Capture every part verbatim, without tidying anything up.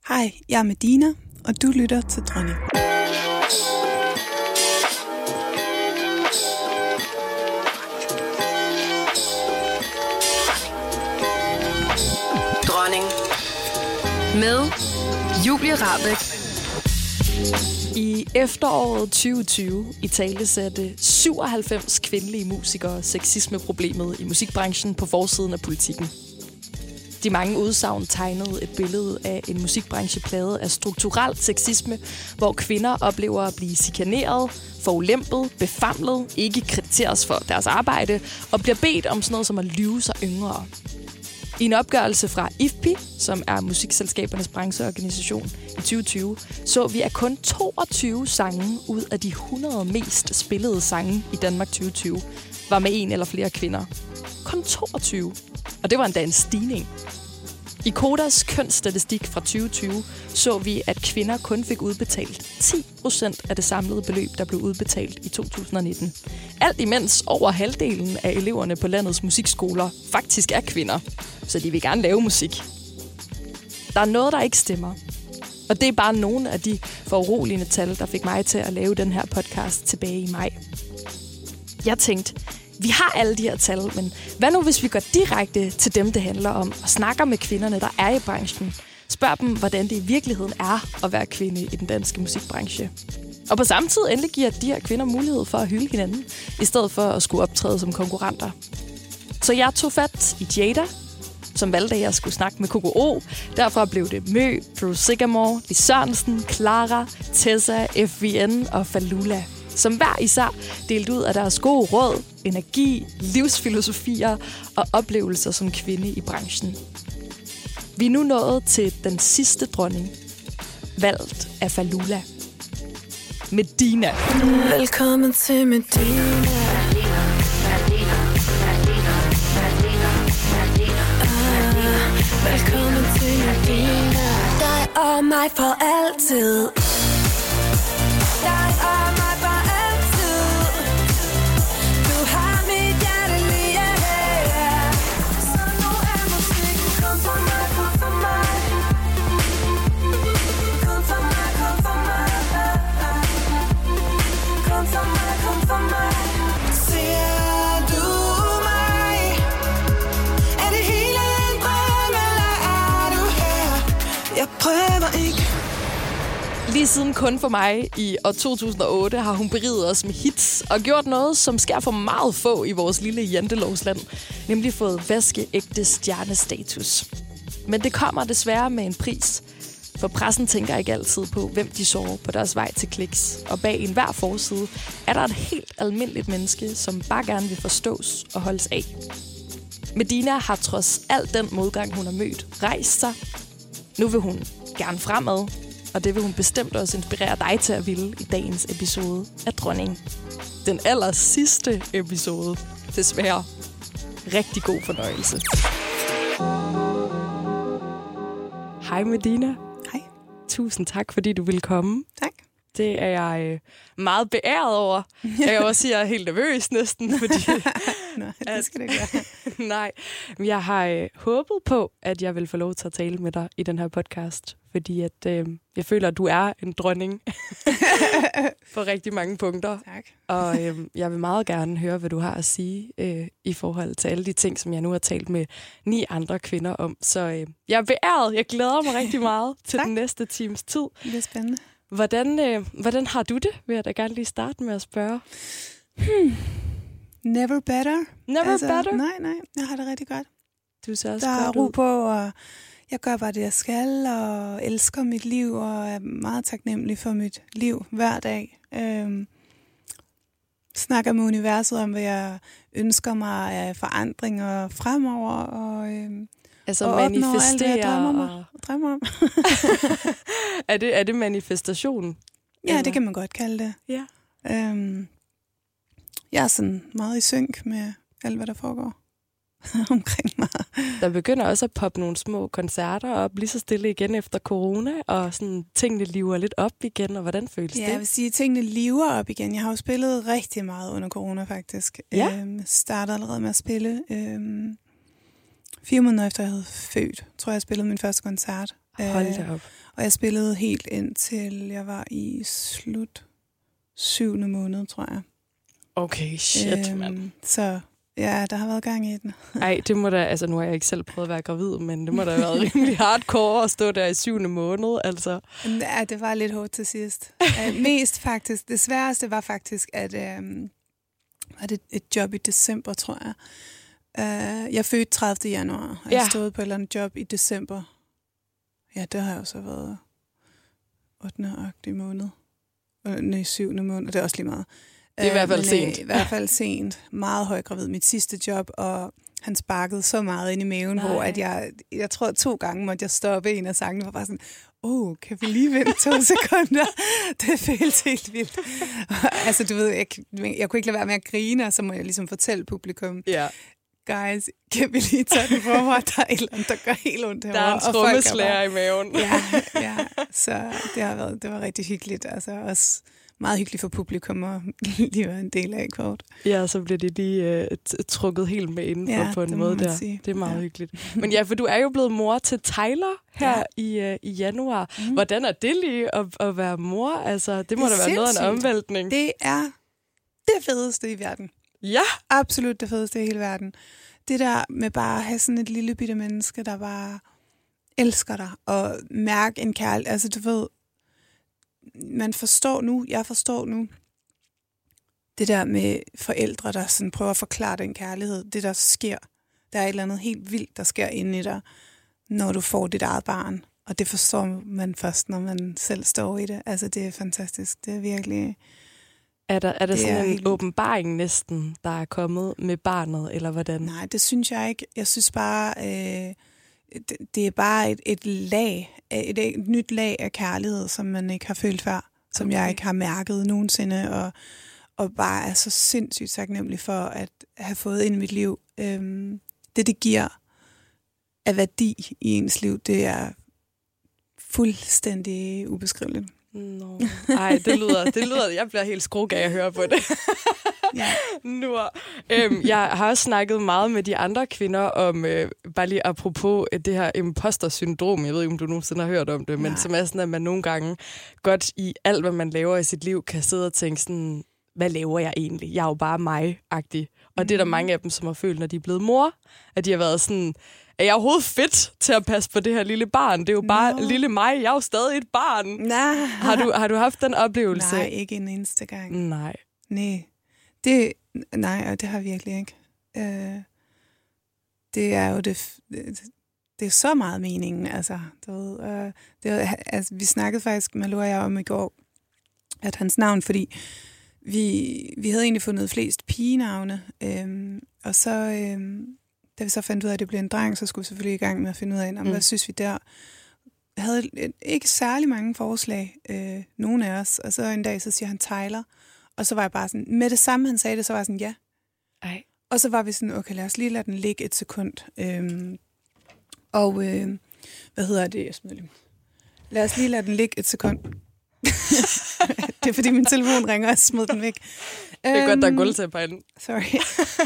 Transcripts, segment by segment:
Hej, jeg er Medina, og du lytter til Dronning. Dronning med Julie Rahbek. I efteråret tyve tyve italesatte syvoghalvfems kvindelige musikere sexismeproblemet i musikbranchen på forsiden af Politikken. De mange udsagn tegnede et billede af en musikbranche plaget af strukturel sexisme, hvor kvinder oplever at blive chikaneret, forulempet, befamlet, ikke krediteres for deres arbejde og bliver bedt om sådan noget som at lyve sig yngre. I en opgørelse fra I F P I, som er musikselskabernes brancheorganisation, i tyve tyve, så vi, at kun toogtyve sange ud af de hundrede mest spillede sange i Danmark tyve tyve var med en eller flere kvinder. Kun toogtyve. Og det var endda en stigning. I Kodas kønsstatistik fra tyve tyve så vi, at kvinder kun fik udbetalt ti procent af det samlede beløb, der blev udbetalt i to tusind nitten. Alt imens over halvdelen af eleverne på landets musikskoler faktisk er kvinder, så de vil gerne lave musik. Der er noget, der ikke stemmer. Og det er bare nogle af de foruroligende tal, der fik mig til at lave den her podcast tilbage i maj. Jeg tænkte, vi har alle de her tal, men hvad nu, hvis vi går direkte til dem, det handler om, og snakker med kvinderne, der er i branchen? Spørg dem, hvordan det i virkeligheden er at være kvinde i den danske musikbranche. Og på samme tid endelig giver de her kvinder mulighed for at hylde hinanden, i stedet for at skulle optræde som konkurrenter. Så jeg tog fat i Jada, som valgte, at jeg skulle snakke med K K O. Derfra blev det Mø, Drew Sigamore, Lis Sørensen, Clara, Tessa, F V N og Falula, som hver især delte ud af deres gode råd, energi, livsfilosofier og oplevelser som kvinde i branchen. Vi er nu nået til den sidste dronning, valgt af Falula. Medina. Velkommen til Medina. Ah, velkommen til Medina. Dig og mig for altid. Dig og mig for altid. Du har mit hjerte lige her. Så nu er musikken kun for mig, kun for mig. Kun for mig, kun for mig. Kun for mig, kun for mig. Ser du mig? Er det hele en drøm, eller er du her? Jeg prøver ikke. Lige siden Kun for mig i år to tusind og otte har hun beriget os med hits og gjort noget, som sker for meget få i vores lille jantelovsland, nemlig fået vaskeægte stjernestatus. Men det kommer desværre med en pris, for pressen tænker ikke altid på, hvem de så på deres vej til kliks. Og bag enhver forside er der et helt almindeligt menneske, som bare gerne vil forstås og holdes af. Medina har trods al den modgang, hun har mødt, rejst sig. Nu vil hun gerne fremad, og det vil hun bestemt også inspirere dig til at ville i dagens episode af Dronning. Den aller sidste episode. Desværre. Rigtig god fornøjelse. Hej Medina. Hej. Tusind tak, fordi du ville komme. Tak. Det er jeg øh, meget beæret over. Jeg kan også sige, at jeg er helt nervøs næsten, fordi... Nej, det skal det ikke være. Nej, men jeg har øh, håbet på, at jeg vil få lov til at tale med dig i den her podcast, fordi at, øh, jeg føler, at du er en dronning på rigtig mange punkter. Tak. Og øh, jeg vil meget gerne høre, hvad du har at sige øh, i forhold til alle de ting, som jeg nu har talt med ni andre kvinder om. Så øh, jeg er beæret. Jeg glæder mig rigtig meget til den næste times tid. Det er spændende. Hvordan, øh, hvordan har du det? Vil jeg da gerne lige starte med at spørge. Hmm. Never better. Never altså, better? Nej, nej. Jeg har det rigtig godt. Du ser også Der er godt ro ud. på, og jeg gør bare det, jeg skal, og elsker mit liv, og er meget taknemmelig for mit liv hver dag. Øhm, snakker med universet om, hvad jeg ønsker mig af forandringer fremover, og, øhm, altså og opnår alt, hvad jeg manifestere drømmer, mig, og... drømmer om. er, det, er det manifestation? Ja, eller? det kan man godt kalde det. Ja. Øhm, jeg er sådan meget i synk med alt, hvad der foregår omkring mig. Der begynder også at poppe nogle små koncerter op, lige så stille igen efter corona, og sådan tingene liver lidt op igen, og hvordan føles Ja, det? jeg vil sige, at tingene liver op igen. Jeg har jo spillet rigtig meget under corona, faktisk. Ja. Øhm, startede allerede med at spille. Øhm, fire måneder efter jeg havde født, tror jeg, jeg spillede min første koncert. Hold da op. Og jeg spillede helt indtil jeg var i slut syvende måned, tror jeg. Okay, shit, øhm, mand. Så ja, der har været gang i den. Ej, det må da, altså nu har jeg ikke selv prøvet at være gravid, men det må da have været rimelig hardcore at stå der i syvende måned, altså. Ja, det var lidt hårdt til sidst. uh, mest faktisk, det sværeste var faktisk, at um, var det et job i december, tror jeg. Uh, jeg fødte tredivte januar, og ja. jeg stod på et eller andet job i december. Ja, det har jo så været ottende måned. Øh, nej, syvende måned, det er også lige meget. Det er i hvert fald men, sent. I hvert fald sent. Meget højgravid. Mit sidste job, og han sparkede så meget ind i maven, Nej. hvor at jeg, jeg tror to gange måtte jeg stoppe en af sangene, og var bare sådan, åh, oh, kan vi lige vente to sekunder? Det føltes helt vildt. Altså, du ved, jeg, jeg kunne ikke lade være med at grine, og så må jeg ligesom fortælle publikum, ja. Guys, kan vi lige tage den for mig? Der er et eller andet, der gør helt ondt herovre. Der er en trommeslager i maven. Ja, ja, så det har været, det var rigtig hyggeligt. Altså også meget hyggeligt for publikum at lige være en del af kort. Ja, så bliver de lige uh, trukket helt med indenfor ja, på en måde der. Sige. Det er meget ja. hyggeligt. Men ja, for du er jo blevet mor til Tyler her ja. i, uh, i januar. Mm. Hvordan er det lige at, at være mor? Altså, det må det da være noget af en omvæltning. Det er det fedeste i verden. Ja. Absolut det fedeste i hele verden. Det der med bare at have sådan et lille bitte menneske, der bare elsker dig og mærke en kærlighed. Altså, du ved, man forstår nu, jeg forstår nu, det der med forældre, der sådan prøver at forklare den kærlighed, det der sker. Der er et eller andet helt vildt, der sker inde i dig, når du får dit eget barn. Og det forstår man først, når man selv står i det. Altså, det er fantastisk. Det er virkelig... Er der, er der sådan er en helt... åbenbaring næsten, der er kommet med barnet, eller hvordan? Nej, det synes jeg ikke. Jeg synes bare, øh, det, det er bare et, et lag, et, et nyt lag af kærlighed, som man ikke har følt før, som okay. jeg ikke har mærket nogensinde, og, og bare er så sindssygt taknemmelig for at have fået ind i mit liv. Øhm, det, det giver af værdi i ens liv, det er fuldstændig ubeskriveligt. Nå, ej, det lyder, det lyder, jeg bliver helt skruk af at høre på det. Ja. Nu, øhm, jeg har også snakket meget med de andre kvinder om, øh, bare lige apropos det her imposter-syndrom, jeg ved ikke, om du nogensinde har hørt om det, men Nej. Som er sådan, at man nogle gange godt i alt, hvad man laver i sit liv, kan sidde og tænke sådan, hvad laver jeg egentlig? Jeg er jo bare mig-agtig. Og mm. det er der mange af dem, som har følt, når de er blevet mor, at de har været sådan... Er jeg overhovedet fedt til at passe på det her lille barn? Det er jo bare no. lille mig. Jeg er jo stadig et barn. Nah. Har du, har du haft den oplevelse? Nej, ikke en eneste gang. Nej. Nej, det, nej, det har jeg virkelig ikke. Uh, det er jo det, det, det er så meget meningen. Altså, du ved, uh, det var, altså, vi snakkede faktisk, Malou og jeg, om i går, at hans navn, fordi vi, vi havde egentlig fundet flest pigenavne, um, og så... Um, Da vi så fandt ud af, at det blev en dreng, så skulle vi selvfølgelig i gang med at finde ud af, mm. hvad synes vi der. Jeg havde ikke særlig mange forslag, øh, nogen af os. Og så en dag, så siger han Tyler. Og så var jeg bare sådan, med det samme han sagde det, så var jeg sådan, ja. Ej. Og så var vi sådan, okay, lad os lige lade den ligge et sekund. Øhm, og, øh, hvad hedder det? Jeg smider lige. Lad os lige lade den ligge et sekund. Det er fordi, min telefon ringer, og jeg smider den væk. Det er øhm, godt, der er gulvtæppe på den. Sorry.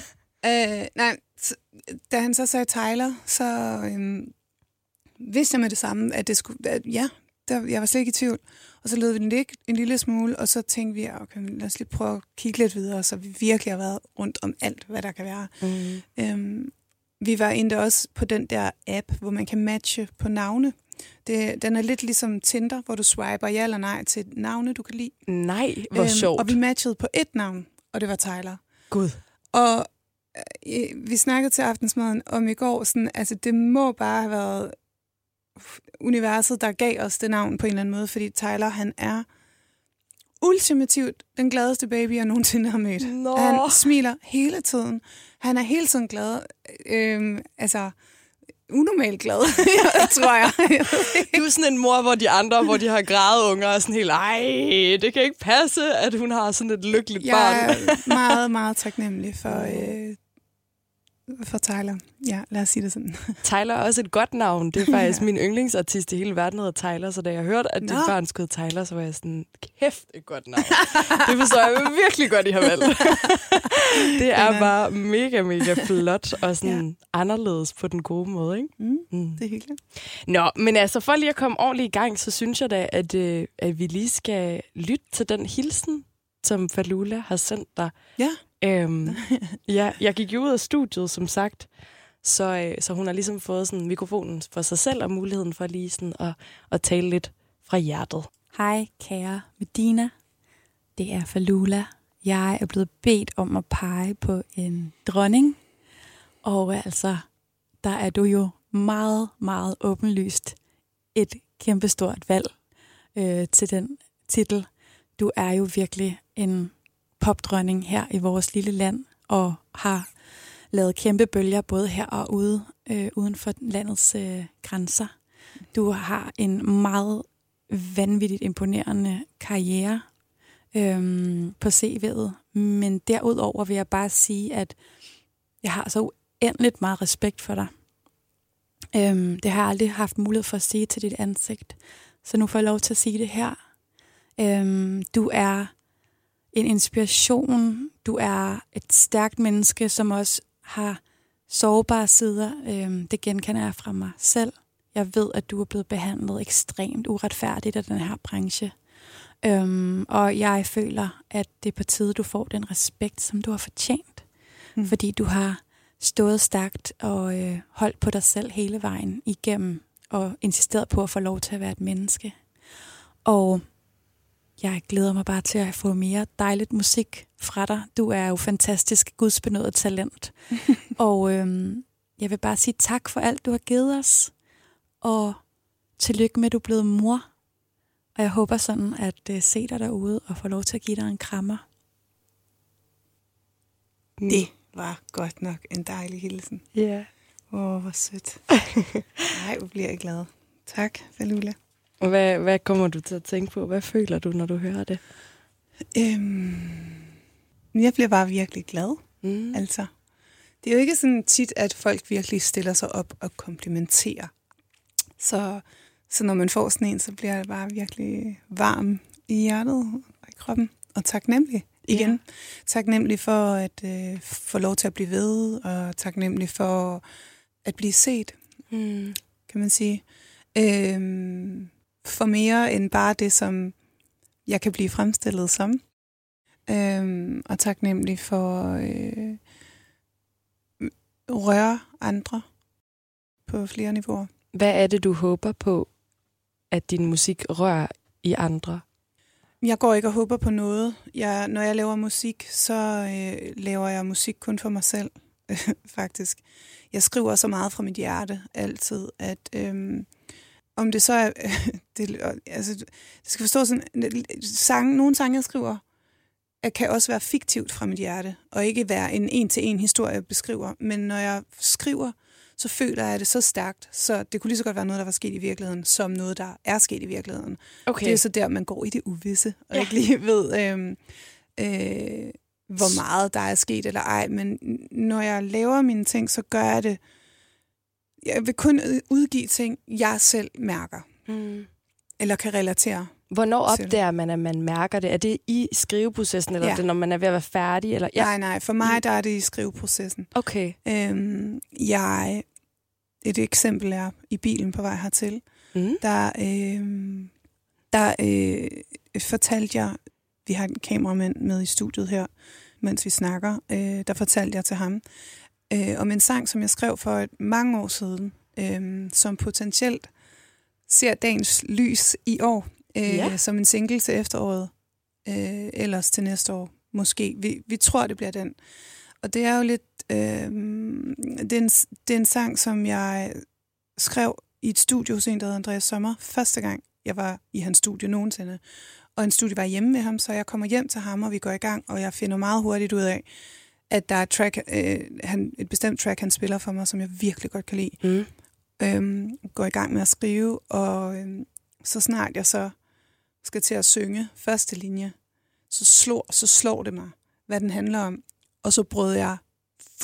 øh, nej, da han så sagde Tyler, så øhm, vidste jeg med det samme, at det skulle, at, ja, der, jeg var slet ikke i tvivl. Og så lød vi den ligge en lille smule, og så tænkte vi, okay, lad os lige prøve at kigge lidt videre, så vi virkelig har været rundt om alt, hvad der kan være. Mm. Øhm, vi var endda også på den der app, hvor man kan matche på navne. Det, den er lidt ligesom Tinder, hvor du swiper ja eller nej til navne, du kan lide. Nej, hvor øhm, sjovt. Og vi matchede på et navn, og det var Tyler. Gud. Og vi snakkede til aftensmaden om i går, sådan, altså det må bare have været universet, der gav os det navn på en eller anden måde, fordi Tyler, han er ultimativt den gladeste baby, jeg nogensinde har mødt. Nå. Han smiler hele tiden. Han er hele tiden glad. Øhm, altså, unormalt glad, tror jeg. Du er sådan en mor, hvor de andre, hvor de har grædeunger, og sådan helt, ej, det kan ikke passe, at hun har sådan et lykkeligt jeg barn. Jeg er meget, meget taknemmelig for, øh, for Tyler. Ja, lad os sige det sådan. Tyler er også et godt navn. Det er faktisk ja. min yndlingsartist i hele verden, hedder Tyler. Så da jeg hørte, at dit Nå. barn skulle hedde Tyler, så var jeg sådan, kæft et godt navn. Det forstår jeg virkelig godt, I har valgt. Det er bare mega, mega flot og sådan ja. anderledes på den gode måde, ikke? Mm, mm. Det er hyggeligt. Nå, men altså for lige at komme ordentligt i gang, så synes jeg da, at, øh, at vi lige skal lytte til den hilsen, som Falula har sendt dig. Ja. Øhm, ja, jeg gik jo ud af studiet, som sagt, så, øh, så hun har ligesom fået sådan mikrofonen for sig selv og muligheden for lige sådan at, at tale lidt fra hjertet. Hej, kære Medina. Det er Falula. Jeg er blevet bedt om at pege på en dronning, og altså, der er du jo meget, meget åbenlyst et kæmpestort valg øh, til den titel. Du er jo virkelig en popdronning her i vores lille land, og har lavet kæmpe bølger både her og ude, øh, uden for landets øh, grænser. Du har en meget vanvittigt imponerende karriere øh, på C V'et, men derudover vil jeg bare sige, at jeg har så uendeligt meget respekt for dig. Øh, det har jeg aldrig haft mulighed for at sige til dit ansigt, så nu får jeg lov til at sige det her. Øh, du er en inspiration. Du er et stærkt menneske, som også har sårbare sider. Øhm, det genkender jeg fra mig selv. Jeg ved, at du er blevet behandlet ekstremt uretfærdigt af den her branche. Øhm, og jeg føler, at det er på tide, du får den respekt, som du har fortjent. Mm. Fordi du har stået stærkt og øh, holdt på dig selv hele vejen igennem, og insisteret på at få lov til at være et menneske. Og jeg glæder mig bare til at få mere dejligt musik fra dig. Du er jo fantastisk gudsbenådet talent. og øhm, jeg vil bare sige tak for alt, du har givet os. Og tillykke med, at du er blevet mor. Og jeg håber sådan, at uh, se dig derude og få lov til at give dig en krammer. Det var godt nok en dejlig hilsen. Ja. Yeah. Åh, oh, hvor sødt. Nej, hvor bliver jeg glad. Tak, Falula. Hvad, hvad kommer du til at tænke på? Hvad føler du, når du hører det? Øhm, jeg bliver bare virkelig glad. Mm. Altså, det er jo ikke sådan tit, at folk virkelig stiller sig op og komplimenterer. Så, så når man får sådan en, så bliver jeg bare virkelig varm i hjertet og i kroppen. Og taknemmelig igen. Ja. Taknemmelig for at øh, få lov til at blive ved, og taknemmelig for at blive set, mm. kan man sige. Øhm, for mere end bare det, som jeg kan blive fremstillet som. Øhm, og taknemmelig for øh, røre andre på flere niveauer. Hvad er det, du håber på, at din musik rører i andre? Jeg går ikke og håber på noget. Jeg, når jeg laver musik, så øh, laver jeg musik kun for mig selv, faktisk. Jeg skriver så meget fra mit hjerte altid, at øh, om det så er... Øh, det, altså, det skal forstå sådan... Sang, nogle sange, jeg skriver, kan også være fiktivt fra mit hjerte, og ikke være en en-til-en historie, jeg beskriver. Men når jeg skriver, så føler jeg det så stærkt, så det kunne lige så godt være noget, der var sket i virkeligheden, som noget, der er sket i virkeligheden. Okay. Det er så der, man går i det uvisse, og ja. ikke lige ved, øh, øh, hvor meget der er sket eller ej. Men når jeg laver mine ting, så gør jeg det... Jeg vil kun udgive ting, jeg selv mærker. Mm. Eller kan relatere. Hvornår opdager man, at man mærker det? Er det i skriveprocessen, eller ja. er det, når man er ved at være færdig? Eller? Ja. Nej, nej. For mig der er det i skriveprocessen. Okay. Øhm, jeg, et eksempel er i bilen på vej hertil. Mm. Der, øhm, der øh, fortalte jeg, vi har en kameramand med i studiet her, mens vi snakker, øh, der fortalte jeg til ham øh, om en sang, som jeg skrev for et mange år siden, øh, som potentielt ser dagens lys i år. Øh, ja. Som en single til efteråret, øh, ellers til næste år, måske. Vi, vi tror, det bliver den. Og det er jo lidt... Øh, det, er en, det er en sang, som jeg skrev i et studie hos en, der hedder Andreas Sommer, første gang, jeg var i hans studie nogensinde. Og en studie var hjemme med ham, så jeg kommer hjem til ham, og vi går i gang, og jeg finder meget hurtigt ud af, at der er et, track, øh, han, et bestemt track, han spiller for mig, som jeg virkelig godt kan lide. Mm. Øhm, går i gang med at skrive, og øhm, så snart jeg så skal til at synge første linje, så slår, så slår det mig, hvad den handler om. Og så brød jeg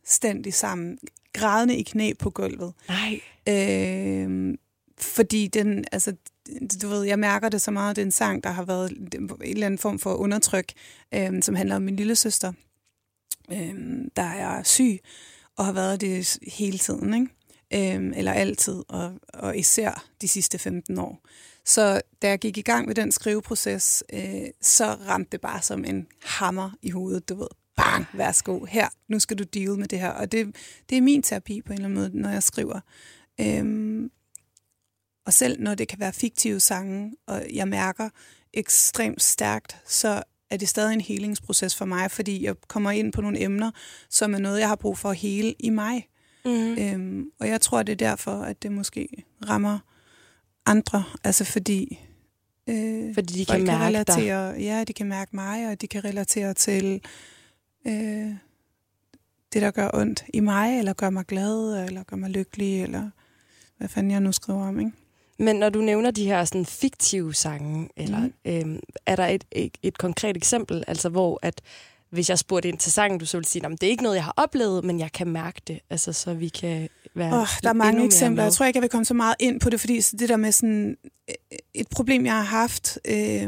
fuldstændig sammen, grædende i knæ på gulvet. Nej. Øh, fordi den, altså, du ved, jeg mærker det så meget, det er en sang, der har været en eller anden form for undertryk, øh, som handler om min lillesøster, øh, der er syg, og har været det hele tiden, ikke? Øh, eller altid, og, og især de sidste femten år. Så da jeg gik i gang med den skriveproces, øh, så ramte det bare som en hammer i hovedet, du ved. Bang, værsgo, her, nu skal du deal med det her. Og det, det er min terapi på en eller anden måde, når jeg skriver. Øhm, og selv når det kan være fiktive sange, og jeg mærker ekstremt stærkt, så er det stadig en helingsproces for mig, fordi jeg kommer ind på nogle emner, som er noget, jeg har brug for at hele i mig. Mm. Øhm, og jeg tror, det er derfor, at det måske rammer andre, altså fordi... Øh, fordi de kan mærke kan relatere, dig. Ja, de kan mærke mig, og de kan relatere til øh, det, der gør ondt i mig, eller gør mig glad, eller gør mig lykkelig, eller hvad fanden jeg nu skriver om, ikke? Men når du nævner de her sådan fiktive sange, eller mm. øhm, er der et, et, et konkret eksempel, altså hvor at hvis jeg spurgte ind til sangen, du så ville sige, det er ikke noget, jeg har oplevet, men jeg kan mærke det, altså så vi kan være oh, der er mange eksempler. Jeg tror ikke, jeg vil komme så meget ind på det, fordi det der med sådan et problem, jeg har haft øh,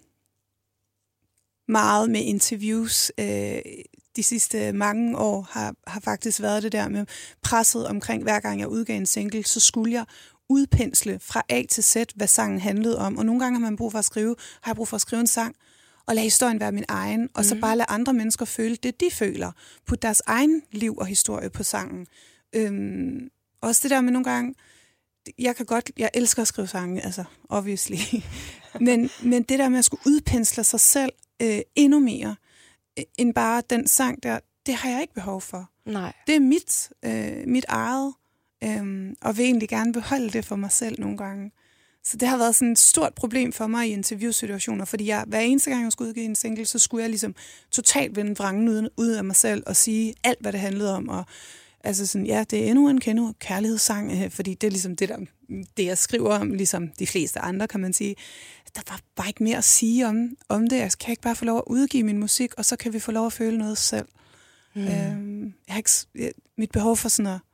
meget med interviews øh, de sidste mange år, har, har faktisk været det der med presset omkring, hver gang jeg udgav en single, så skulle jeg udpensle fra A til Z, hvad sangen handlede om. Og nogle gange har man brug for at skrive, har jeg brug for at skrive en sang, og lade historien være min egen, og så bare lade andre mennesker føle det, de føler. Putte deres egen liv og historie på sangen. Øhm, også det der med nogle gange, jeg kan godt, jeg elsker at skrive sange, altså, obviously. men, men det der med at skulle udpensle sig selv øh, endnu mere, øh, end bare den sang der, det har jeg ikke behov for. Nej. Det er mit, øh, mit eget, øh, og vil egentlig gerne beholde det for mig selv nogle gange. Så det har været sådan et stort problem for mig i interviewsituationer, fordi jeg, hver eneste gang, jeg skulle udgive en single, så skulle jeg ligesom totalt vende vrangen ud, ud af mig selv og sige alt, hvad det handlede om. Og altså sådan, ja, det er endnu en kendo kærlighedssang, fordi det er ligesom det, der, det, jeg skriver om, ligesom de fleste andre, kan man sige. Der var bare ikke mere at sige om, om det. Jeg kan ikke bare få lov at udgive min musik, og så kan vi få lov at føle noget selv. Mm. Øhm, jeg har ikke, jeg, mit behov for sådan at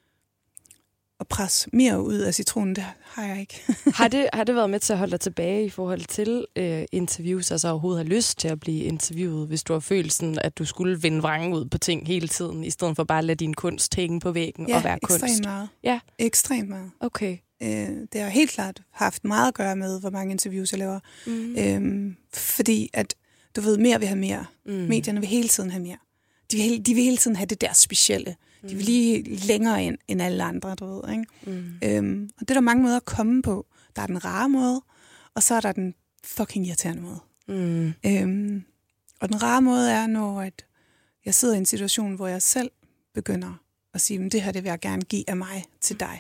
at presse mere ud af citronen, det har jeg ikke. har, det, har det været med til at holde dig tilbage i forhold til øh, interviews, altså overhovedet have lyst til at blive interviewet, hvis du har følt sådan, at du skulle vende vrangen ud på ting hele tiden, i stedet for bare at lade din kunst hænge på væggen ja, og være kunst? Ja, ekstremt meget. Ja, ekstremt meget. Okay. Øh, det har helt klart haft meget at gøre med, hvor mange interviews jeg laver. Mm. Øhm, fordi at, du ved, mere vil have mere. Mm. Medierne vil hele tiden have mere. De vil, de vil hele tiden have det der specielle. De vil lige længere ind end alle andre, du ved, ikke? Mm. Øhm, og det er der mange måder at komme på. Der er den rare måde, og så er der den fucking irriterende måde. Mm. Øhm, og den rare måde er, når at jeg sidder i en situation, hvor jeg selv begynder at sige, det her det vil jeg gerne give af mig til dig.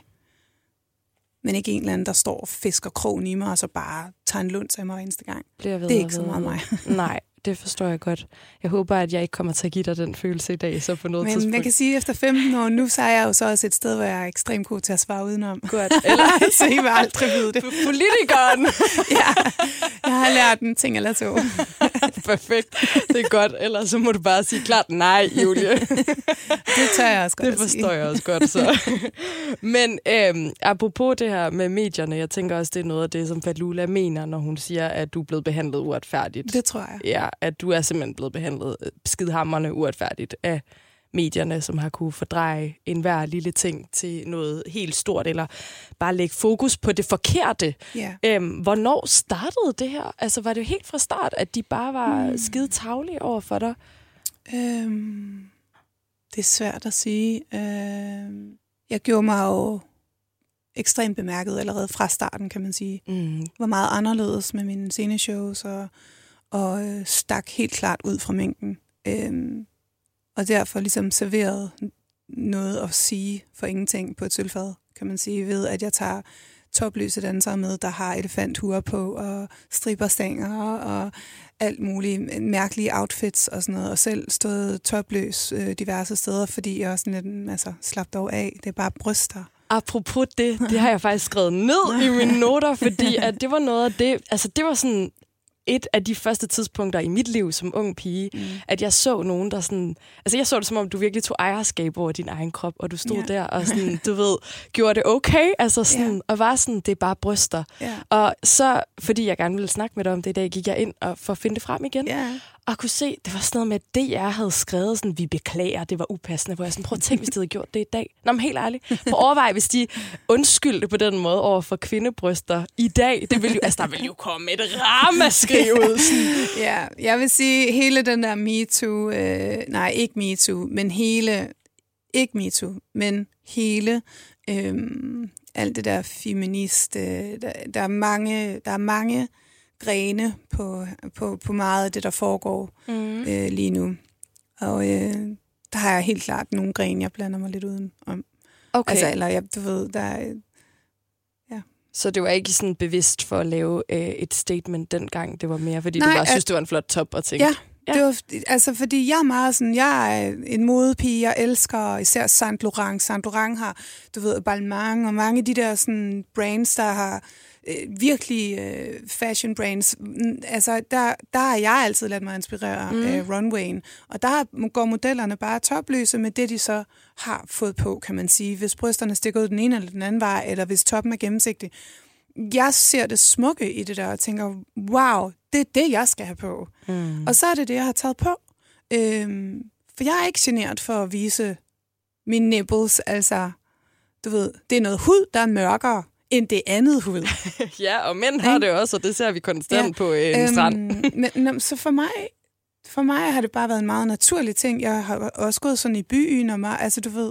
Men ikke en eller anden, der står og fisker krogen i mig, og så bare tager en lunds af mig eneste gang. Det er ikke så meget mig. Nej. Det forstår jeg godt. Jeg håber, at jeg ikke kommer til at give dig den følelse i dag, så på noget Men tidspunkt. Men man kan sige, at efter femten år nu, så er jeg jo så også et sted, hvor jeg er ekstremt god til at svare udenom. Godt. Eller så I vil aldrig vide det. Politikeren! Ja, jeg har lært en ting eller to. Perfekt. Det er godt. Ellers så må du bare sige klart nej, Julie. Det tør jeg også godt Det forstår jeg også godt, så. Men øhm, apropos det her med medierne, jeg tænker også, det er noget af det, som Fallulah mener, når hun siger, at du er blevet behandlet uretfærdigt. Det tror jeg. Ja, at du er simpelthen blevet behandlet skidhamrende uretfærdigt af medierne, som har kunne fordreje enhver lille ting til noget helt stort, eller bare lægge fokus på det forkerte. Yeah. Øhm, hvornår startede det her? Altså, var det helt fra start, at de bare var mm. skide tavlige over for dig? Øhm, det er svært at sige. Øhm, jeg gjorde mig jo ekstremt bemærket allerede fra starten, kan man sige. Mm. Var meget anderledes med mine sceneshows, og og øh, stak helt klart ud fra mængden. Øhm, og derfor ligesom serveret noget at sige for ingenting på et sølvfad, kan man sige, ved at jeg tager topløse dansere med, der har elefanthuer på, og striberstænger, og alt muligt mærkelige outfits og sådan noget, og selv stået topløs øh, diverse steder, fordi jeg også lidt, altså, slap dog af. Det er bare bryster. Apropos det, det har jeg faktisk skrevet ned i mine noter, fordi at det var noget af det, altså det var sådan et af de første tidspunkter i mit liv som ung pige, mm. at jeg så nogen, der sådan... Altså, jeg så det som om, du virkelig tog ejerskab over din egen krop, og du stod yeah. der og sådan, du ved, gjorde det okay, altså sådan, yeah. og var sådan, det er bare bryster. Yeah. Og så, fordi jeg gerne ville snakke med dig om det i dag, gik jeg ind og for at finde det frem igen, yeah. og kunne se, det var sådan noget med, at D R havde skrevet sådan, vi beklager, det var upassende, hvor jeg sådan, prøv at tænke, hvis de havde gjort det i dag. Nå, men helt ærligt, prøv at overveje, hvis de undskyldte på den måde over for kvindebryster i dag, det ville jo, altså der ville jo komme et ramaskrig ud. Ja, jeg vil sige, hele den der MeToo, øh, nej, ikke MeToo, men hele, ikke MeToo, men hele, øh, alt det der feminist, øh, der, der er mange, der er mange grene på, på, på meget af det, der foregår mm. øh, lige nu. Og øh, der har jeg helt klart nogle grene, jeg blander mig lidt uden om. Okay. Altså, eller jeg, du ved, der er... Ja. Så det var ikke sådan bevidst for at lave øh, et statement dengang? Det var mere, fordi Nej, du bare at, synes, det var en flot top og tænkte... Ja, ja. Det var, altså fordi jeg er meget sådan... Jeg er en modepige, jeg elsker især Saint Laurent. Saint Laurent har, du ved, Balmain og mange af de der sådan, brands, der har... Øh, virkelig øh, fashion brands. Altså, der, der har jeg altid ladet mig inspirere mm. af runwayen. Og der går modellerne bare topløse med det, de så har fået på, kan man sige. Hvis brysterne stikker ud den ene eller den anden vej, eller hvis toppen er gennemsigtig. Jeg ser det smukke i det der, og tænker, wow, det er det, jeg skal have på. Mm. Og så er det det, jeg har taget på. Øhm, for jeg er ikke genert for at vise mine nipples. Altså, du ved, det er noget hud, der er mørkere end det andet hud. Ja, og mænd har det også, og det ser vi konstant ja, på øh, en øhm, strand. men, så for mig, for mig har det bare været en meget naturlig ting. Jeg har også gået sådan i byen, og mig, altså du ved,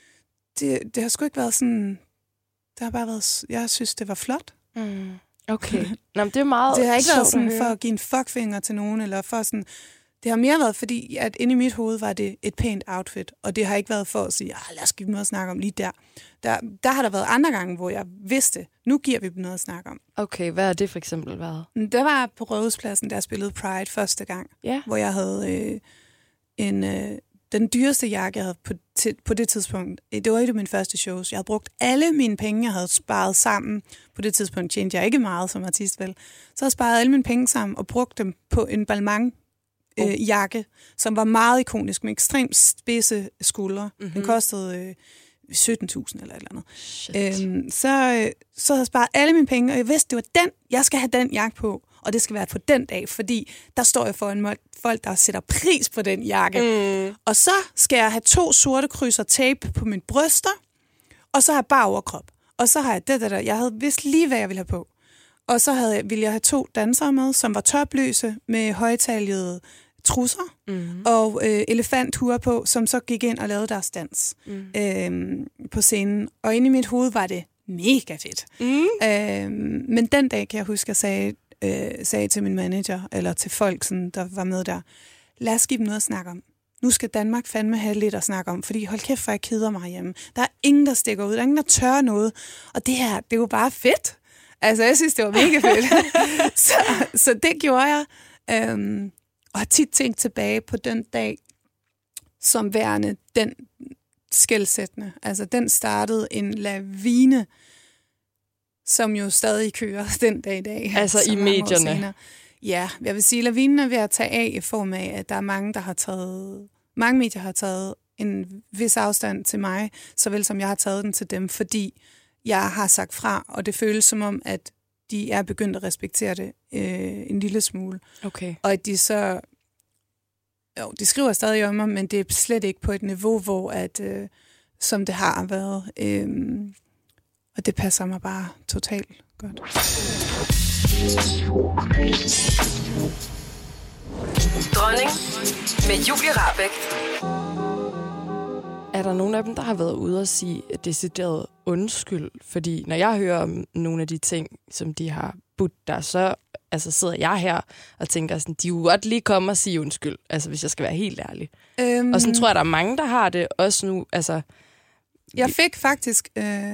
det, det har sgu ikke været sådan, det har bare været, jeg synes, det var flot. Mm. Okay. Nå, det er meget det har ikke været sådan for at give en fuckfinger til nogen, eller for sådan, det har mere været, fordi at inde i mit hoved var det et pænt outfit, og det har ikke været for at sige, ah, lad os give dem noget at snakke om lige der. der. Der har der været andre gange, hvor jeg vidste, nu giver vi dem noget at snakke om. Okay, hvad har det for eksempel været? Det var på Rådhuspladsen, der jeg spillede Pride første gang, ja. Hvor jeg havde øh, en, øh, den dyreste jakke, jeg havde på, til, på det tidspunkt. Det var et af mine første shows. Jeg havde brugt alle mine penge, jeg havde sparet sammen. På det tidspunkt tjente jeg ikke meget som artist, vel. Så jeg sparet alle mine penge sammen og brugt dem på en Balmain Øh, jakke, som var meget ikonisk, med ekstremt spidse skuldre. Mm-hmm. Den kostede øh, sytten tusind eller et eller andet. Øhm, så, øh, så havde jeg sparet alle mine penge, og jeg vidste, det var den, jeg skal have den jakke på, og det skal være på den dag, fordi der står jeg for en folk, der sætter pris på den jakke. Mm. Og så skal jeg have to sorte krydser tape på mine bryster, og så har jeg bare overkrop. Og så har jeg det der, der. Jeg havde vidst lige, hvad jeg ville have på. Og så havde jeg, ville jeg have to dansere med, som var topløse med højtaljede trusser mm. og øh, elefanthuer på, som så gik ind og lavede deres dans mm. øh, på scenen. Og inde i mit hoved var det mega fedt. Mm. Øh, men den dag kan jeg huske, at jeg sagde, øh, sagde til min manager, eller til folk, sådan, der var med der, lad os give dem noget at snakke om. Nu skal Danmark fandme have lidt at snakke om, fordi hold kæft, for jeg keder mig hjemme. Der er ingen, der stikker ud, der er ingen, der tør noget. Og det her, det er jo bare fedt. Altså, jeg synes, det var mega fedt. så, så det gjorde jeg. Øhm, og har tit tænkt tilbage på den dag, som værende den skelsættende. Altså, den startede en lavine, som jo stadig kører den dag i dag. Altså i medierne? Ja, jeg vil sige, at lavinen er ved at tage af i form af, at der er mange, der har taget... Mange medier har taget en vis afstand til mig, såvel som jeg har taget den til dem, fordi jeg har sagt fra, og det føles som om, at de er begyndt at respektere det øh, en lille smule. Okay. Og at de så... Jo, de skriver stadig om mig, men det er slet ikke på et niveau, hvor at, øh, som det har været. Øh, og det passer mig bare totalt godt. Dronning med Julie Rahbek. Er der nogen af dem, der har været ude og sige decideret undskyld? Fordi når jeg hører om nogle af de ting, som de har budt der, så altså, sidder jeg her og tænker, sådan, de kunne godt lige komme og sige undskyld, altså hvis jeg skal være helt ærlig. Øhm, og sådan tror jeg, der er mange, der har det også nu. Altså, jeg fik faktisk øh,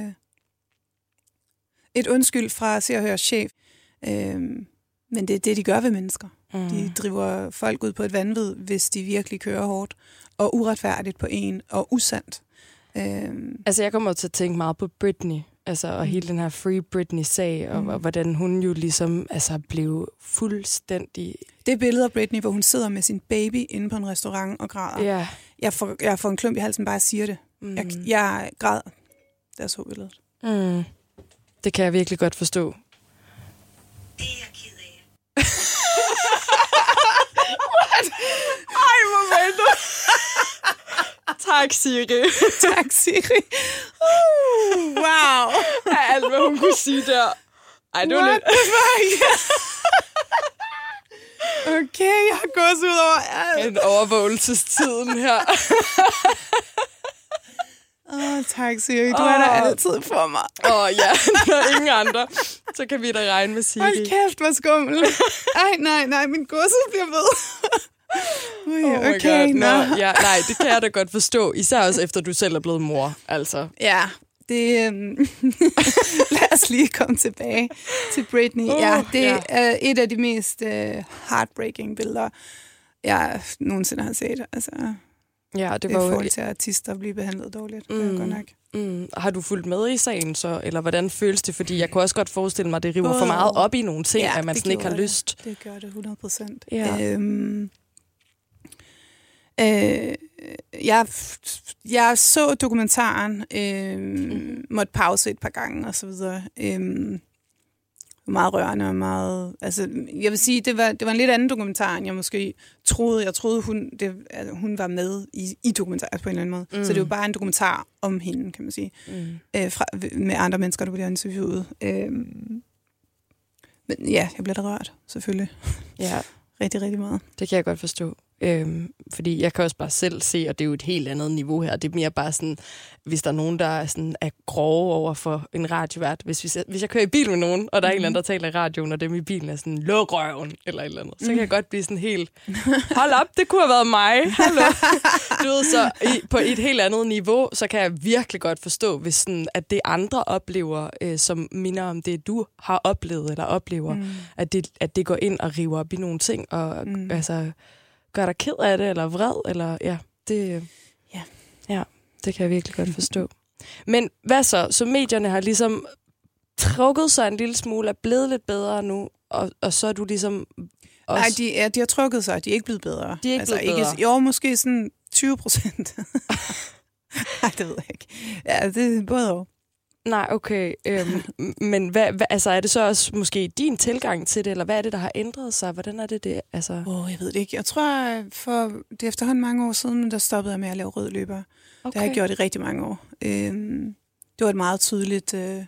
et undskyld fra Se og Hørs chef, øh, men det er det, de gør ved mennesker. Mm. De driver folk ud på et vanvid, hvis de virkelig kører hårdt og uretfærdigt på en, og usandt. Øhm, Altså, jeg kommer til at tænke meget på Britney, altså, og mm. hele den her Free Britney-sag, og, mm. og hvordan hun jo ligesom altså, blev fuldstændig... Det billede af Britney, hvor hun sidder med sin baby inde på en restaurant og græder. Ja. Jeg får, jeg får en klump i halsen bare at sige det. Mm. Jeg, jeg græd, da jeg så billedet. Mm. Det kan jeg virkelig godt forstå. Det er jeg ked af. What? Ej, momentet. Tak, Siri. Tak, Siri. Uh, wow. Af alt, hvad hun kunne sige der. Ej, det var lidt... Okay, jeg har gået ud over alt. En overvågelsestiden her. Åh, oh, tak, Siri. Du oh. er der altid for mig. Åh, oh, ja. Der er ingen andre. Så kan vi da regne med Siri. Hold kæft, hvor skummel. Ej, nej, nej, min godset bliver ved. Ui, oh my okay, God. nå. Ja, nej, det kan jeg da godt forstå. Især også efter, du selv er blevet mor, altså. Ja, det... Um... Lad os lige komme tilbage til Britney. Uh, ja, det ja. er et af de mest uh, heartbreaking billeder, jeg nogensinde har set. Altså, ja, det var jo... i forhold til artister at blive behandlet dårligt. Mm, det er godt nok. Mm. Har du fulgt med i sagen så, eller hvordan føles det? Fordi jeg kunne også godt forestille mig, at det river oh. for meget op i nogle ting, ja, at man sådan ikke har det. lyst. Det gør det hundrede procent. Ja. Øhm, øh, jeg, jeg så dokumentaren, øh, mm. måtte pause et par gange og så videre. Øh, meget rørende og meget... Altså, jeg vil sige, det var, det var en lidt anden dokumentar, end jeg måske troede. Jeg troede, hun, det, altså, hun var med i, i dokumentar på en eller anden måde. Mm. Så det var bare en dokumentar om hende, kan man sige. Mm. Øh, fra, med andre mennesker, der bliver interviewet. Øh, men ja, jeg blev da rørt, selvfølgelig. Ja. rigtig, rigtig meget. Det kan jeg godt forstå. Øhm, fordi jeg kan også bare selv se, og det er jo et helt andet niveau her. Det er mere bare sådan, hvis der er nogen, der er, sådan, er grove over for en radiovært. Hvis, vi, hvis jeg kører i bil med nogen, og der er mm. en eller anden, der taler i radioen, og dem i bilen er sådan, luk røven, eller et eller andet. Så mm. kan jeg godt blive sådan helt, hold op, det kunne have været mig. Hallo. Du ved, så i, på et helt andet niveau, så kan jeg virkelig godt forstå, hvis sådan, at det andre oplever, øh, som minder om det, du har oplevet eller oplever, mm. at, det, at det går ind og river op i nogle ting, og mm. altså... gør dig ked af det, eller vred, eller ja, det, ja. ja, det kan jeg virkelig godt forstå. Men hvad så? Så medierne har ligesom trukket sig en lille smule, er blevet lidt bedre nu, og, og så er du ligesom også... Nej, de, ja, de har trukket sig, de er ikke blevet bedre. De er ikke altså, blevet bedre? Ikke, jo, måske sådan tyve procent. Nej, det ved jeg ikke. Ja, det er både og. Nej, okay. Øhm, men hvad, hvad, altså, er det så også måske din tilgang til det, eller hvad er det, der har ændret sig? Hvordan er det det? Altså... Oh, jeg ved det ikke. Jeg tror, for det er efterhånden mange år siden, der stoppede jeg med at lave rød løber. Okay. Det har jeg gjort i rigtig mange år. Øhm, det var et meget tydeligt, øh,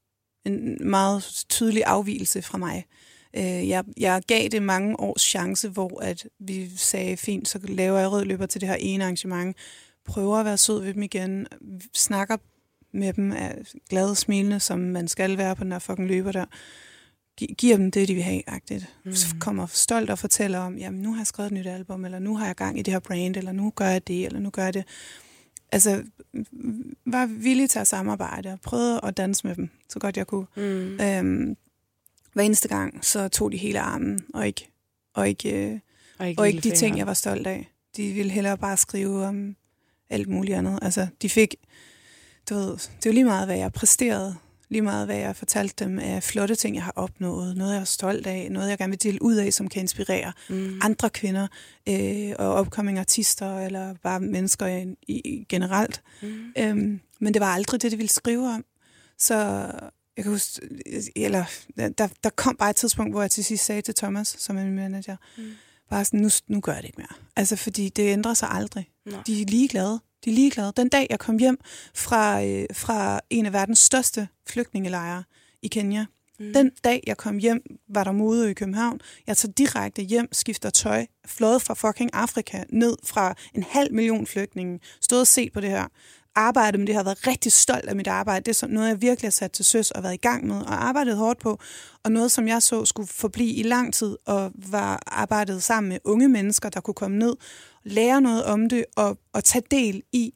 en meget tydelig afvigelse fra mig. Øh, jeg, jeg gav det mange års chance, hvor at vi sagde, fint, så laver jeg rød løber til det her ene arrangement. Prøver at være sød ved dem igen. Snakker med dem er glade, smilende, som man skal være på den der fucking løber der. Gi- giver dem det, de vil have-agtigt. Mm. Kommer stolt og fortæller om, jamen nu har jeg skrevet et nyt album, eller nu har jeg gang i det her brand, eller nu gør jeg det, eller nu gør jeg det. Altså, var villig til at samarbejde, og prøvede at danse med dem, så godt jeg kunne. Mm. Øhm, hver eneste gang, så tog de hele armen, og ikke, og ikke, øh, og ikke, og ikke de ting, fingre. Jeg var stolt af. De ville hellere bare skrive om alt muligt andet. Altså, de fik... Du ved, det er jo lige meget, hvad jeg præsterede. Lige meget, hvad jeg fortalte dem af flotte ting, jeg har opnået. Noget, jeg er stolt af. Noget, jeg gerne vil dele ud af, som kan inspirere mm. andre kvinder øh, og upcoming artister, eller bare mennesker i, i, generelt. Mm. Øhm, men det var aldrig det, de ville skrive om. Så jeg kan huske, eller, der, der kom bare et tidspunkt, hvor jeg til sidst sagde til Thomas, som er min manager, mm. bare sådan, nu, nu gør jeg det ikke mere. Altså, fordi det ændrer sig aldrig. No. De er ligeglade. De er ligeglade. Den dag, jeg kom hjem fra, øh, fra en af verdens største flygtningelejre i Kenya, mm. den dag, jeg kom hjem, var der mode i København. Jeg tager direkte hjem, skifter tøj, fløjet fra fucking Afrika, ned fra en halv million flygtninge, stod og set på det her, arbejdet med det her, været rigtig stolt af mit arbejde. Det er noget, jeg virkelig har sat til søs og været i gang med, og arbejdet hårdt på, og noget, som jeg så skulle forblive i lang tid, og var arbejdet sammen med unge mennesker, der kunne komme ned, lære noget om det, og, og tage del i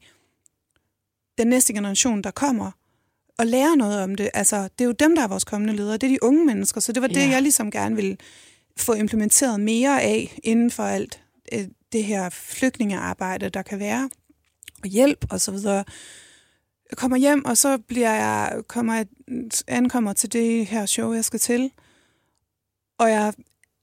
den næste generation, der kommer, og lære noget om det. Altså, det er jo dem, der er vores kommende ledere. Det er de unge mennesker, så det var det, yeah. jeg ligesom gerne ville få implementeret mere af, inden for alt det her flygtningearbejde, der kan være, og hjælp og så videre. kommer hjem, og så bliver jeg, kommer jeg, ankommer til det her show, jeg skal til. Og jeg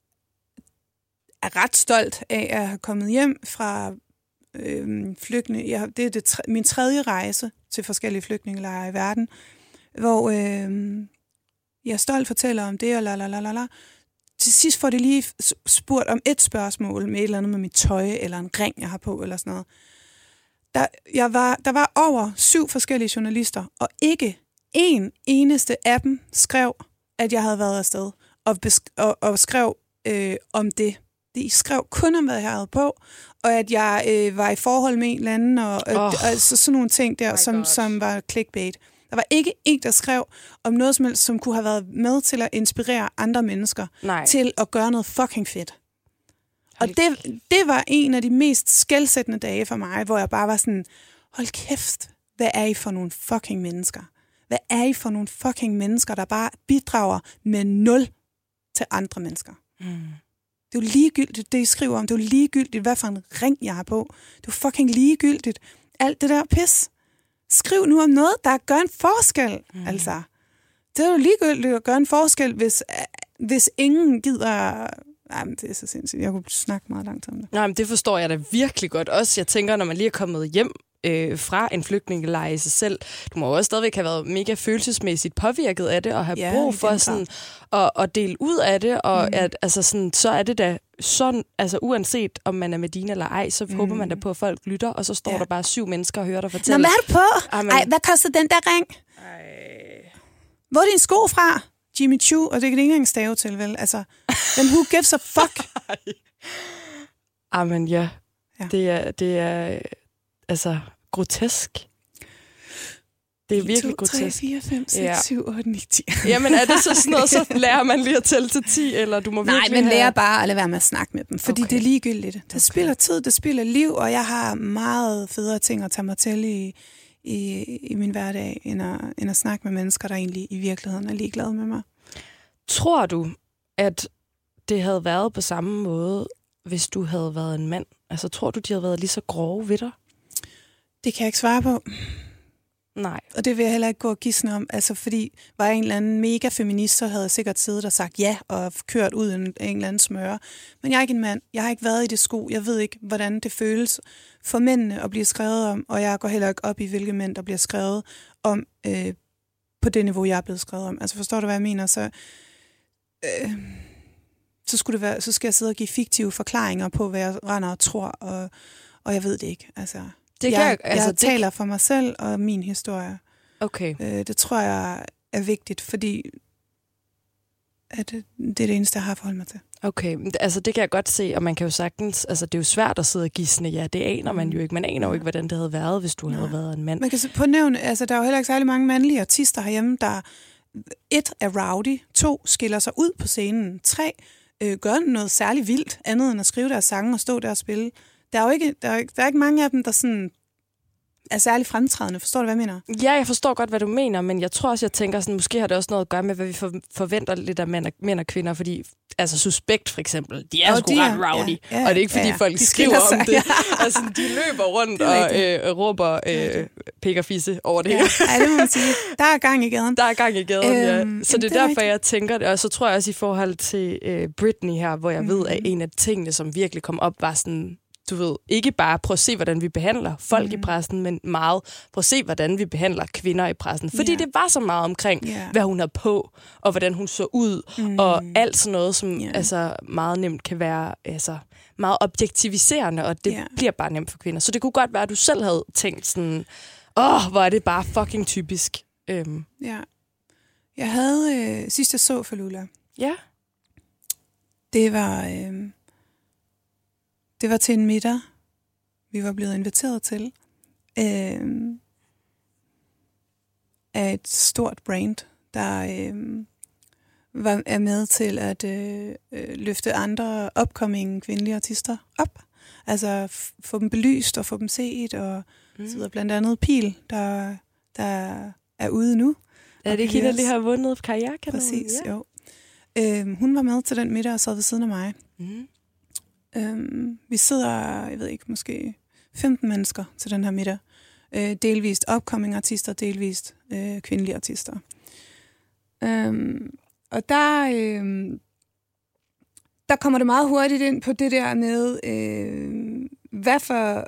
er ret stolt af at have kommet hjem fra øh, flygtninge. Jeg, det er det tre, min tredje rejse til forskellige flygtningelejre i verden, hvor øh, jeg stolt fortæller om det, og la la la la la. Til sidst får det lige spurgt om et spørgsmål med et eller andet med mit tøj, eller en ring, jeg har på, eller sådan noget. Der, jeg var, der var over syv forskellige journalister, og ikke en eneste af dem skrev, at jeg havde været afsted, og, besk- og, og skrev øh, om det. De skrev kun om, hvad jeg havde på, og at jeg øh, var i forhold med en eller anden, og, øh, oh. altså sådan nogle ting der, som, som var clickbait. Der var ikke en, der skrev om noget som helst, som kunne have været med til at inspirere andre mennesker Nej. til at gøre noget fucking fedt. Og det, det var en af de mest skelsættende dage for mig, hvor jeg bare var sådan, hold kæft, hvad er I for nogle fucking mennesker? Hvad er I for nogle fucking mennesker, der bare bidrager med nul til andre mennesker? Mm. Det er jo ligegyldigt, det I skriver om. Det er jo ligegyldigt, hvad for en ring jeg har på. Det er jo fucking ligegyldigt. Alt det der pis. Skriv nu om noget, der gør en forskel, mm. altså. Det er jo ligegyldigt at gøre en forskel, hvis, hvis ingen gider... Jamen, det er så sindssygt. Jeg kunne snakke meget langt om det. Nej, men det forstår jeg da virkelig godt også. Jeg tænker, når man lige er kommet hjem øh, fra en flygtningelejr i sig selv, du må også stadigvæk have været mega følelsesmæssigt påvirket af det, og have ja, brug for sådan at, at dele ud af det, og mm. at, altså sådan, så er det da sådan, altså uanset om man er med Dina eller ej, så mm. håber man da på, at folk lytter, og så står ja. der bare syv mennesker og hører dig fortælle. Nå, hvad er du på? Amen. Ej, hvad koster den der ring? Ej. Hvor er din sko fra? Jimmy Choo, og det kan det ikke engang stave til, vel? Altså, then who gives a fuck? Amen, ja. ja. Det er, det er, altså, grotesk. Det er virkelig grotesk. to, tre, fire, fem, seks, syv, otte, ni, ti. Jamen, er det så sådan noget, så lærer man lige at tælle til ti, eller du må Nej, virkelig men have... lærer bare at lade være med at snakke med dem, fordi okay. det er ligegyldigt. Det okay. spilder tid, det spilder liv, og jeg har meget federe ting at tage mig til i, i, i min hverdag, end at, end at snakke med mennesker, der egentlig i virkeligheden er ligeglade med mig. Tror du, at det havde været på samme måde, hvis du havde været en mand? Altså, tror du, de havde været lige så grove ved dig? Det kan jeg ikke svare på. Nej. Og det vil jeg heller ikke gå og gisne om. Altså, fordi var jeg en eller anden mega feminist, så havde jeg sikkert siddet og sagt ja, og kørt ud en, en eller anden smøre. Men jeg er ikke en mand. Jeg har ikke været i det sko. Jeg ved ikke, hvordan det føles for mændene at blive skrevet om, og jeg går heller ikke op i, hvilke mænd, der bliver skrevet om øh, på det niveau, jeg er blevet skrevet om. Altså, forstår du, hvad jeg mener? Så... Øh, så, skulle det være, så skal jeg sidde og give fiktive forklaringer på, hvad jeg render og tror, og, og jeg ved det ikke. Altså, det jeg, kan, altså, jeg taler det... for mig selv og min historie. Okay. Øh, det tror jeg er vigtigt, fordi at det, det er det eneste, jeg har forholdt mig til. Okay, altså det kan jeg godt se, og man kan jo sagtens, altså det er jo svært at sidde og gisne, ja, det aner man jo ikke. Man aner jo ikke, hvordan det havde været, hvis du Nej. havde været en mand. Man kan på nævne, altså der er jo heller ikke særlig mange mandlige artister herhjemme, der et er rowdy, to skiller sig ud på scenen, tre øh, gør noget særligt vildt, andet end at skrive deres sange og stå der og spille. Der er jo ikke, der er, der er ikke mange af dem, der sådan er særligt fremtrædende. Forstår du, hvad jeg mener? Ja, jeg forstår godt, hvad du mener, men jeg tror også, jeg tænker, sådan, måske har det også noget at gøre med, hvad vi for, forventer lidt af mænd og, mænd og kvinder, fordi altså Suspekt for eksempel, de er oh, sgu ret rowdy, ja, ja, og det er ikke, fordi ja, ja. folk de skriver om sig, det. Ja. Altså, de løber rundt og øh, råber øh, pik og fisse over det ja. hele. Ja, det må man sige. Der er gang i gaden. Der er gang i gaden, øhm, ja. Så det er derfor, rigtigt. jeg tænker det, og så tror jeg også i forhold til øh, Britney her, hvor jeg mm. ved, at en af tingene, som virkelig kom op, var sådan... Du ved, ikke bare prøv at se, hvordan vi behandler folk mm. i pressen, men meget prøv at se, hvordan vi behandler kvinder i pressen. Fordi yeah. det var så meget omkring, yeah. hvad hun har på, og hvordan hun så ud, mm. og alt sådan noget, som yeah. altså, meget nemt kan være altså, meget objektiviserende, og det yeah. bliver bare nemt for kvinder. Så det kunne godt være, at du selv havde tænkt sådan, åh, hvor er det bare fucking typisk. Øhm. Ja. Jeg havde, øh, sidst jeg så Fallulah. Ja. Det var... Øh, Det var til en middag, vi var blevet inviteret til, øh, af et stort brand, der øh, var, er med til at øh, løfte andre upcoming kvindelige artister op. Altså f- få dem belyst og få dem set, og mm. så videre. Blandt andet Pil, der, der er ude nu. Er det ikke hende, der lige har vundet karrierekanonen? Præcis, ja. jo. Øh, hun var med til den middag og sad ved siden af mig. Mm. Øhm, vi sidder, jeg ved ikke, måske femten mennesker til den her middag. Øh, delvist upcoming artister, delvist øh, kvindelige artister. Øhm, og der, øh, der kommer det meget hurtigt ind på det der med, øh, hvad for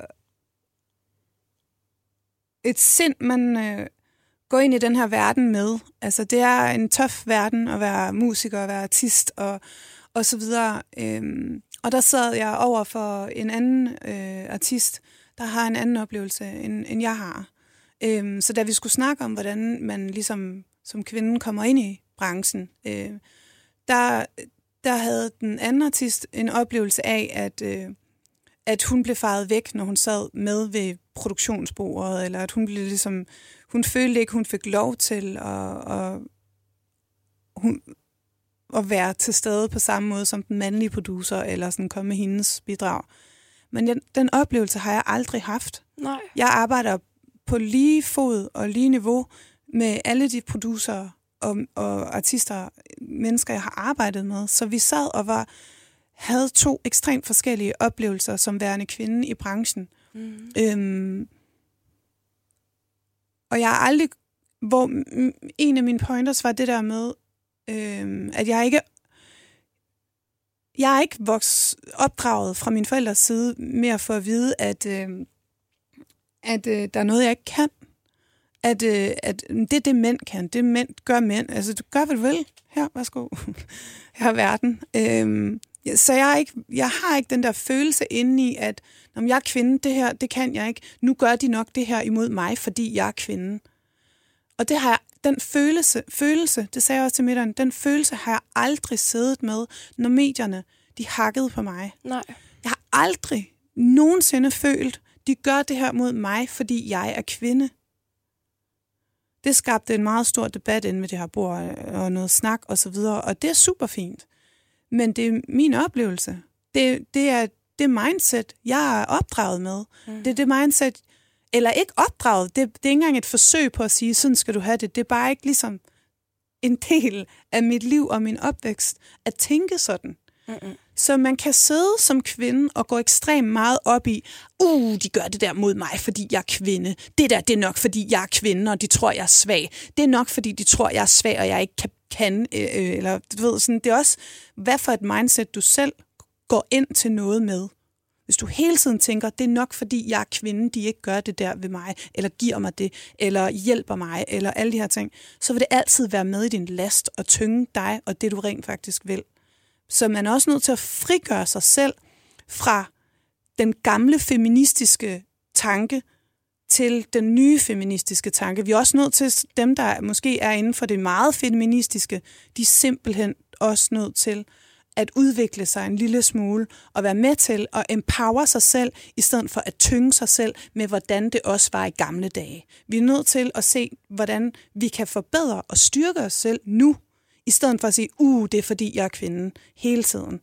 et sind, man øh, går ind i den her verden med. Altså, det er en tough verden at være musiker, at være artist og, og så videre. Øhm, og der sad jeg over for en anden øh, artist, der har en anden oplevelse, end, end jeg har. Øhm, så da vi skulle snakke om, hvordan man ligesom som kvinde kommer ind i branchen, øh, der, der havde den anden artist en oplevelse af, at, øh, at hun blev faret væk, når hun sad med ved produktionsbordet, eller at hun blev ligesom, hun følte ikke, hun fik lov til at, at, hun, at være til stede på samme måde som den mandlige producer, eller sådan komme med hendes bidrag. Men den, den oplevelse har jeg aldrig haft. Nej. Jeg arbejder på lige fod og lige niveau med alle de producer og, og artister, mennesker, jeg har arbejdet med. Så vi sad og var, havde to ekstremt forskellige oplevelser som værende kvinde i branchen. Mm. Øhm, og jeg har aldrig, hvor en af mine pointers var det der med, øhm, at jeg ikke Jeg er ikke vokset opdraget fra mine forældres side med at få at vide, at, øh, at øh, der er noget, jeg ikke kan. At, øh, at det er det, mænd kan. Det mænd gør mænd. Altså, du gør, hvad du vil. Her, værsgo. Her er verden. Øh, så jeg, er ikke, jeg har ikke den der følelse inde i, at når jeg er kvinde, det her, det kan jeg ikke. Nu gør de nok det her imod mig, fordi jeg er kvinde. Og det har jeg, den følelse, følelse, det sagde jeg også til middagen, den følelse har jeg aldrig siddet med, når medierne, de hakkede på mig. Nej. Jeg har aldrig nogensinde følt, de gør det her mod mig, fordi jeg er kvinde. Det skabte en meget stor debat inde med det her bord, og noget snak og så videre, og det er super fint. Men det er min oplevelse. Det, det, er, det er mindset, jeg er opdraget med. Mm. Det er det mindset, eller ikke opdraget, det, det er ikke engang et forsøg på at sige, sådan skal du have det. Det er bare ikke ligesom en del af mit liv og min opvækst at tænke sådan. Mm-mm. Så man kan sidde som kvinde og gå ekstremt meget op i, uh, de gør det der mod mig, fordi jeg er kvinde. Det der, det er nok, fordi jeg er kvinde, og de tror, jeg er svag. Det er nok, fordi de tror, jeg er svag, og jeg ikke kan, kan øh, eller du ved, sådan, det er også, hvad for et mindset du selv går ind til noget med. Hvis du hele tiden tænker, det er nok fordi jeg er kvinde, de ikke gør det der ved mig, eller giver mig det, eller hjælper mig, eller alle de her ting, så vil det altid være med i din last og tynge dig og det, du rent faktisk vil. Så man er også nødt til at frigøre sig selv fra den gamle feministiske tanke til den nye feministiske tanke. Vi er også nødt til, dem der måske er inden for det meget feministiske, de er simpelthen også nødt til at udvikle sig en lille smule og være med til at empower sig selv, i stedet for at tynge sig selv med, hvordan det også var i gamle dage. Vi er nødt til at se, hvordan vi kan forbedre og styrke os selv nu, i stedet for at sige, uh, det er fordi jeg er kvinde, hele tiden.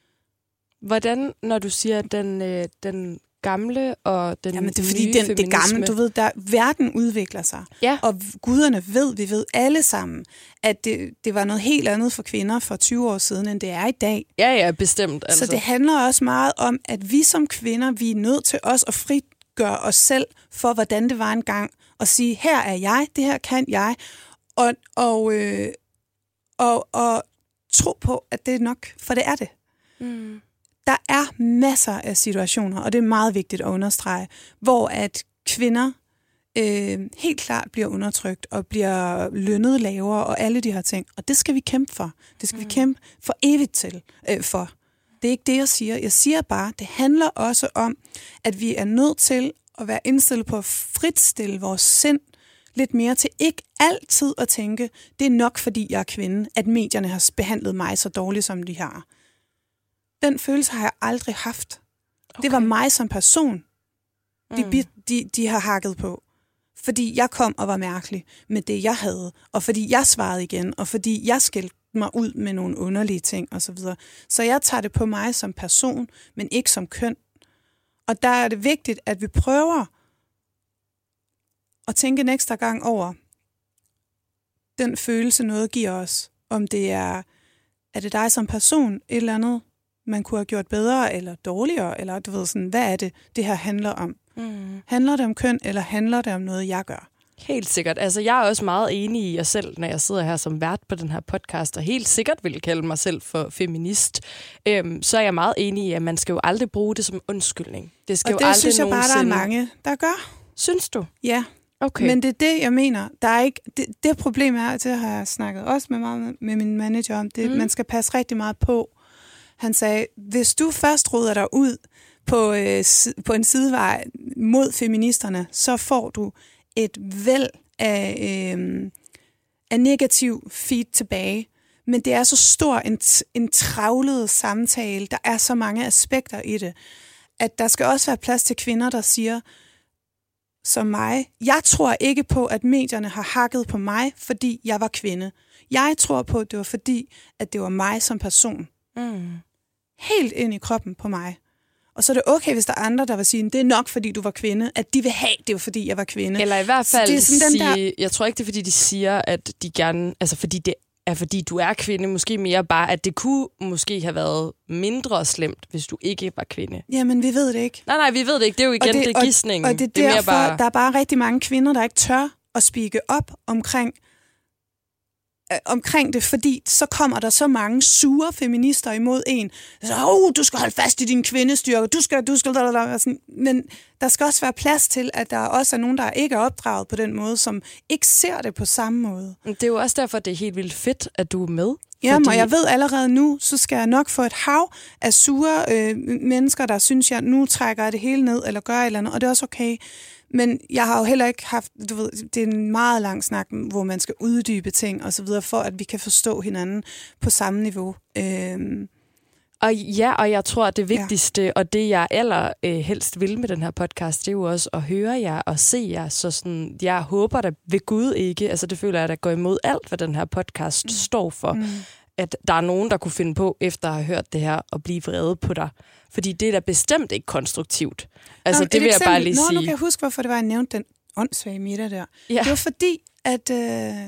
Hvordan, når du siger, den, øh, den gamle og den Jamen, det er nye fordi, den, feminisme... det gamle, du ved, der, verden udvikler sig. Ja. Og guderne ved, vi ved alle sammen, at det, det var noget helt andet for kvinder for tyve år siden, end det er i dag. Ja, ja, bestemt. Altså. Så det handler også meget om, at vi som kvinder, vi er nødt til os at frigøre os selv for, hvordan det var engang, og sige, her er jeg, det her kan jeg, og, og, øh, og, og tro på, at det er nok, for det er det. Mm. Der er masser af situationer, og det er meget vigtigt at understrege, hvor at kvinder øh, helt klart bliver undertrykt og bliver lønnet lavere og alle de her ting. Og det skal vi kæmpe for. Det skal mm. vi kæmpe for evigt til øh, for. Det er ikke det, jeg siger. Jeg siger bare, det handler også om, at vi er nødt til at være indstillet på at fritstille vores sind lidt mere til ikke altid at tænke, det er nok fordi jeg er kvinde, at medierne har behandlet mig så dårligt, som de har. Den følelse har jeg aldrig haft. Okay. Det var mig som person, de, mm. de, de har hakket på. Fordi jeg kom og var mærkelig med det, jeg havde. Og fordi jeg svarede igen. Og fordi jeg skældte mig ud med nogle underlige ting osv. Så, så jeg tager det på mig som person, men ikke som køn. Og der er det vigtigt, at vi prøver at tænke en ekstra gang over den følelse, noget giver os. Om det er, er det dig som person, et eller andet, man kunne have gjort bedre eller dårligere, eller du ved sådan, hvad er det, det her handler om? Mm. Handler det om køn, eller handler det om noget, jeg gør? Helt sikkert. Altså, jeg er også meget enig i jer selv, når jeg sidder her som vært på den her podcast, og helt sikkert vil kalde mig selv for feminist. Øhm, så er jeg meget enig i, at man skal jo aldrig bruge det som undskyldning. Det skal og jo det aldrig synes jeg bare, nogensinde... der er mange, der gør. Synes du? Ja. Okay. Men det er det, jeg mener. Der er ikke, det, det problem er, og det har jeg snakket også med, meget, med min manager om, det, mm. man skal passe rigtig meget på. Han sagde, hvis du først ruder dig ud på, øh, på en sidevej mod feministerne, så får du et væld af, øh, af negativ feed tilbage. Men det er så stor en, en travlet samtale, der er så mange aspekter i det, at der skal også være plads til kvinder, der siger, som mig, jeg tror ikke på, at medierne har hakket på mig, fordi jeg var kvinde. Jeg tror på, at det var fordi, at det var mig som person. Mm. Helt ind i kroppen på mig. Og så er det okay, hvis der er andre, der vil sige, det er nok, fordi du var kvinde, at de vil have, det var, fordi jeg var kvinde. Eller i hvert fald det er sådan sige, den der... jeg tror ikke, det er, fordi de siger, at de gerne, altså fordi det er, fordi du er kvinde, måske mere bare, at det kunne måske have været mindre slemt, hvis du ikke var kvinde. Jamen, vi ved det ikke. Nej, nej, vi ved det ikke. Det er jo igen, det, det er gidsningen. Og, og det er det er derfor, mere bare... der er bare rigtig mange kvinder, der ikke tør at speake op omkring omkring det, fordi så kommer der så mange sure feminister imod en. Så, oh, du skal holde fast i din kvindestyrke, du skal, du skal, sådan. Men der skal også være plads til, at der også er nogen, der ikke er opdraget på den måde, som ikke ser det på samme måde. Det er jo også derfor, det er helt vildt fedt, at du er med. Jamen, fordi... og jeg ved allerede nu, så skal jeg nok få et hav af sure øh, mennesker, der synes, jeg nu trækker jeg det hele ned, eller gør et eller andet, og det er også okay. Men jeg har jo heller ikke haft, du ved, det er en meget lang snak, hvor man skal uddybe ting og så videre, for at vi kan forstå hinanden på samme niveau. Øhm. Og ja, og jeg tror, at det vigtigste, ja. og det jeg aller øh, helst vil med den her podcast, det er jo også at høre jer og se jer. Så sådan, jeg håber da ved Gud ikke, altså det føler jeg, der går imod alt, hvad den her podcast mm. står for. Mm. At der er nogen, der kunne finde på, efter at have hørt det her, og blive vrede på dig. Fordi det er da bestemt ikke konstruktivt. Altså, Nå, det vil jeg bare lige Nå, sige. Nu kan jeg huske, hvorfor det var, jeg nævnte den åndssvage middag der. Ja. Det var fordi, at øh,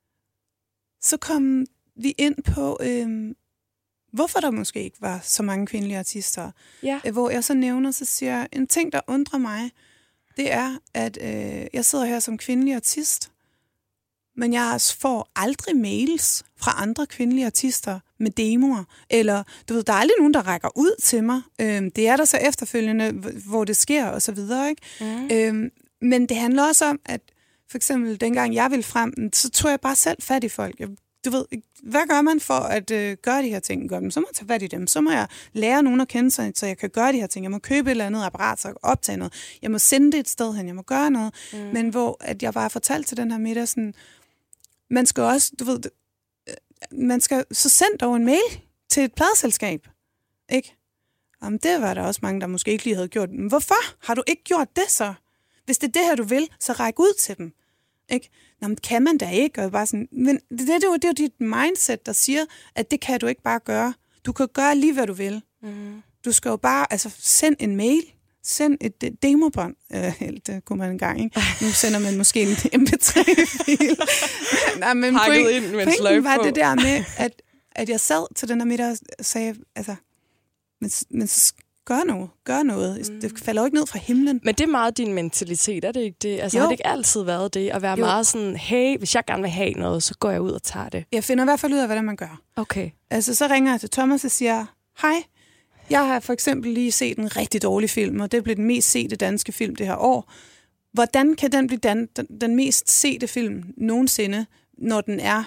så kom vi ind på, øh, hvorfor der måske ikke var så mange kvindelige artister. Ja. Øh, hvor jeg så nævner, så siger jeg, en ting, der undrer mig, det er, at øh, jeg sidder her som kvindelig artist, men jeg får aldrig mails fra andre kvindelige artister med demoer, eller du ved, der er aldrig nogen, der rækker ud til mig. Øhm, det er der så efterfølgende, hvor det sker, og så videre, ikke? Mm. Øhm, men det handler også om, at for eksempel dengang jeg ville frem, så tog jeg bare selv fat i folk. Jeg, du ved, hvad gør man for at øh, gøre de her ting? Gør dem? Så må jeg tage fat i dem. Så må jeg lære nogen at kende sig, så jeg kan gøre de her ting. Jeg må købe et eller andet apparat, så jeg kan optage noget. Jeg må sende det et sted hen. Jeg må gøre noget. Mm. Men hvor at jeg bare fortalte til den her middag sådan, man skal også, du ved, man skal så sende dog en mail til et pladeselskab, ikke? Jamen, det var der også mange, der måske ikke lige havde gjort. Men hvorfor har du ikke gjort det så? Hvis det er det her, du vil, så ræk ud til dem, ikke? Nå, men kan man da ikke? Og bare sådan, men det, det, det, er jo, det er jo dit mindset, der siger, at det kan du ikke bare gøre. Du kan gøre lige, hvad du vil. Mm. Du skal jo bare, altså, send en mail. Send et demobånd. Øh, det kunne man engang, ikke? Nu sender man måske en M P tre-fil. Nej, men Hakket ind med en sløjfe var på. det der med, at, at jeg sad til den her middag og sagde, altså, men, men så gør noget. Gør noget. Mm. Det falder jo ikke ned fra himlen. Men det er meget din mentalitet, er det ikke det? Altså, jo. Har det ikke altid været det? At være jo. meget sådan, hey, hvis jeg gerne vil have noget, så går jeg ud og tager det. Jeg finder i hvert fald ud af, hvordan man gør. Okay. Altså, så ringer jeg til Thomas og siger, hej, jeg har for eksempel lige set en rigtig dårlig film, og det blev den mest sete danske film det her år. Hvordan kan den blive den, den, den mest sete film nogensinde, når den er...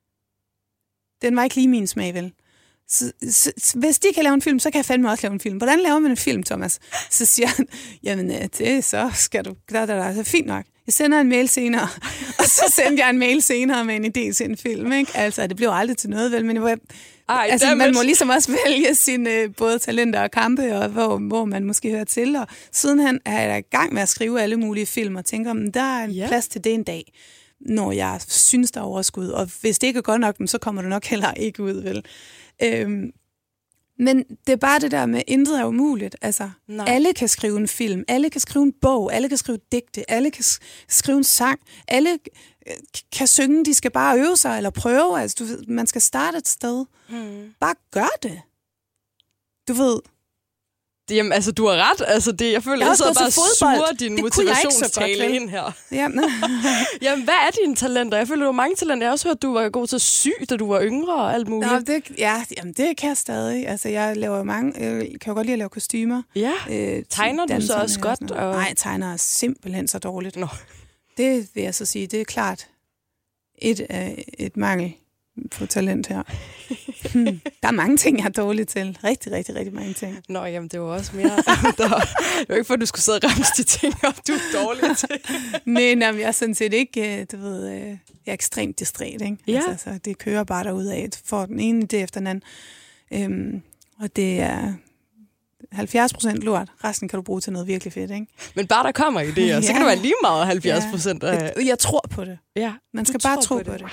Den var ikke lige min smag, vel? Så, så, hvis de kan lave en film, så kan jeg fandme også lave en film. Hvordan laver man en film, Thomas? Så siger han, jamen det så skal du... Der, der, der, det er fint nok. Jeg sender en mail senere, og så sender jeg en mail senere med en idé til en film, ikke? Altså, det bliver aldrig til noget, vel? Men jeg, Ej, altså, man må ligesom også vælge sine både talenter og kampe, og hvor, hvor man måske hører til. Og sidenhen er jeg i gang med at skrive alle mulige film, og tænker, men der er en yeah. plads til det en dag, når jeg synes, der er overskud. Og hvis det ikke er godt nok, så kommer det nok heller ikke ud, vel? Øhm, men det er bare det der med, intet er umuligt. Altså, Nej. alle kan skrive en film, alle kan skrive en bog, alle kan skrive digte, alle kan skrive en sang, alle kan synge, de skal bare øve sig eller prøve. Altså, du ved, man skal starte et sted. Mm. Bare gør det. Du ved, Jamen, altså, du har ret. Altså, det, jeg føler, Jeg jeg har sidder også bare gået til fodbold. suger din Det kunne jeg ikke så motivationstale godt, vel? ind her. Ja, Jamen, hvad er dine talenter? Jeg føler, du har mange talenter. Jeg har også hørt, at du var god til at sy, da du var yngre og alt muligt. Nå, det, ja, jamen, det kan jeg stadig. Altså, jeg laver mange, jeg kan jo godt lide at lave kostymer. Ja. Øh, Tegner du så også godt? Og... Nej, tegner er simpelthen så dårligt. Nå. Det vil jeg så sige, det er klart et, øh, et mangel på talent her. hmm. Der er mange ting, jeg er dårlig til. Rigtig, rigtig, rigtig mange ting. Nå, jamen, det var også mere... det var jo ikke for, at du skulle sidde og ramse de ting op, du er dårlig til. Men jamen, jeg er sådan set ikke, du ved, jeg er ekstremt distræt, ikke? Ja. Altså, så det kører bare derudad for den ene idé efter den anden. Øhm, og det er halvfjerds procent lort. Resten kan du bruge til noget virkelig fedt, ikke? Men bare der kommer idéer, ja. Så kan det være lige meget halvfjerds procent af... Jeg, jeg tror på det. Ja, Man skal bare tro på det. På det.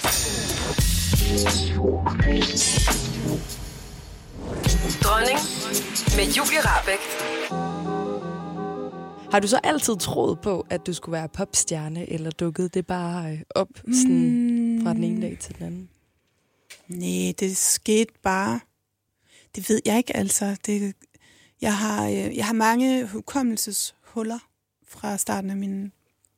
Dronning med Julie Rahbek. Har du så altid troet på, at du skulle være popstjerne, eller dukkede det bare op sådan, mm. fra den ene dag til den anden? Nej, det skete bare. Det ved jeg ikke, altså. Det, jeg, har, jeg har mange hukommelseshuller fra starten af min,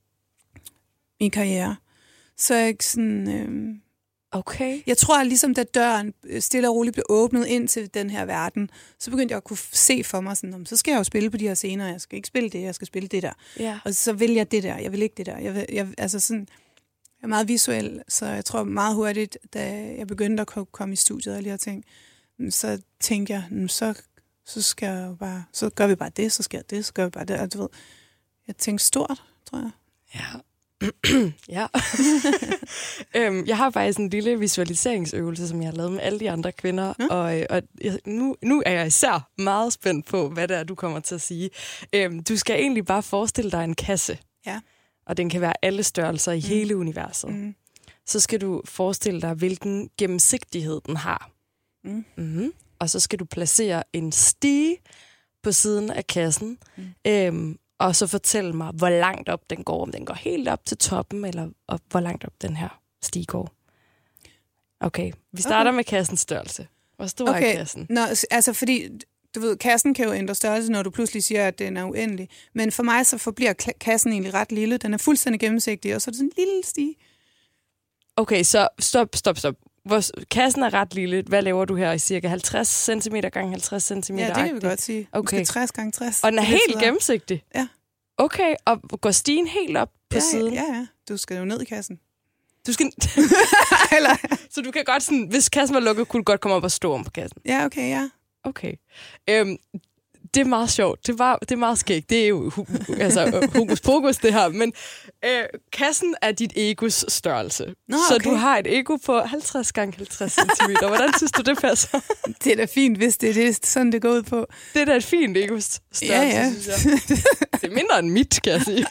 min karriere. Så jeg ikke sådan... Øh, Okay. Jeg tror, at ligesom da døren stille og roligt blev åbnet ind til den her verden, så begyndte jeg at kunne se for mig sådan, så skal jeg jo spille på de her scener, jeg skal ikke spille det, jeg skal spille det der. Ja. Og så vil jeg det der, jeg vil ikke det der. Jeg, vil, jeg, altså sådan, jeg er meget visuel, så jeg tror meget hurtigt, da jeg begyndte at komme i studiet og alle de her ting, så tænkte jeg, så, så skal jeg jo bare, så gør vi bare det, så sker det, så gør vi bare det. Og du ved, jeg tænkte stort, tror jeg. Ja. ja. øhm, jeg har faktisk en lille visualiseringsøvelse, som jeg har lavet med alle de andre kvinder, ja. og, og jeg, nu, nu er jeg især meget spændt på, hvad det er, du kommer til at sige. Øhm, du skal egentlig bare forestille dig en kasse, ja. og den kan være alle størrelser i mm. hele universet. Mm. Så skal du forestille dig, hvilken gennemsigtighed den har. Mm. Mm-hmm. Og så skal du placere en stige på siden af kassen, mm. øhm, og så fortæl mig, hvor langt op den går. Om den går helt op til toppen, eller op, hvor langt op den her stige går. Okay, vi starter okay. med kassens størrelse. Hvor stor okay. er kassen? Nå, altså fordi, du ved, kassen kan jo ændre størrelse, når du pludselig siger, at den er uendelig. Men for mig så forbliver kassen egentlig ret lille. Den er fuldstændig gennemsigtig, og så er det sådan en lille stige. Okay, så stop, stop, stop. Hvor, kassen er ret lille. Hvad laver du her i cirka halvtreds centimeter gange halvtreds centimeter? Ja, det kan vi godt sige. Okay. Måske tres gange tres. Og den er helt gennemsigtig? Ja. Okay, og går stigen helt op på ja, siden? Ja, ja. Du skal jo ned i kassen. Du skal... Eller... Så du kan godt sådan, hvis kassen var lukket, kunne du godt komme op og stå om på kassen? Ja, okay, ja. Okay. Øhm, det er meget sjovt. Det, var, det er meget skægt. Det er jo hu- altså, hokus pokus, det her. Men øh, kassen er dit egos størrelse. Nå, så okay. du har et ego på halvtreds gange halvtreds centimeter. Hvordan synes du, det passer? Det er da fint, hvis det er det, sådan, det går ud på. Det er da et fint egos størrelse, ja, ja. synes jeg. Det er mindre end mit, kan jeg sige.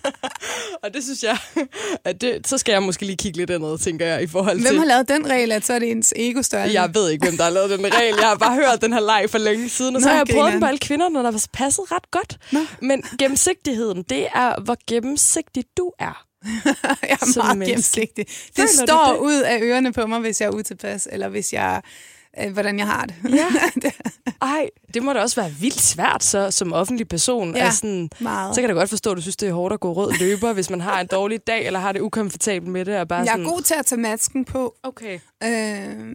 Og det synes jeg, at det, så skal jeg måske lige kigge lidt andet, tænker jeg, i forhold til... Hvem har lavet den regel, at så er det ens ego-størrelse? Jeg ved ikke, hvem der har lavet den regel. Jeg har bare hørt den her leg for længe siden, og så Nå, har jeg prøvet okay, den på alle kvinderne, der har passet ret godt. Nå. Men gennemsigtigheden, det er, hvor gennemsigtig du er. Jeg er meget menneske. gennemsigtig. Det Føler står det? ud af ørerne på mig, hvis jeg er utilpas, eller hvis jeg... Øh, hvordan jeg har det. Ja. Ej, det må da også være vildt svært så, som offentlig person. Ja, altså, meget. Så kan jeg da godt forstå, at du synes, det er hårdt at gå rød løber, hvis man har en dårlig dag, eller har det ukomfortabelt med det. Og bare jeg sådan... er god til at tage masken på. Okay. Øh,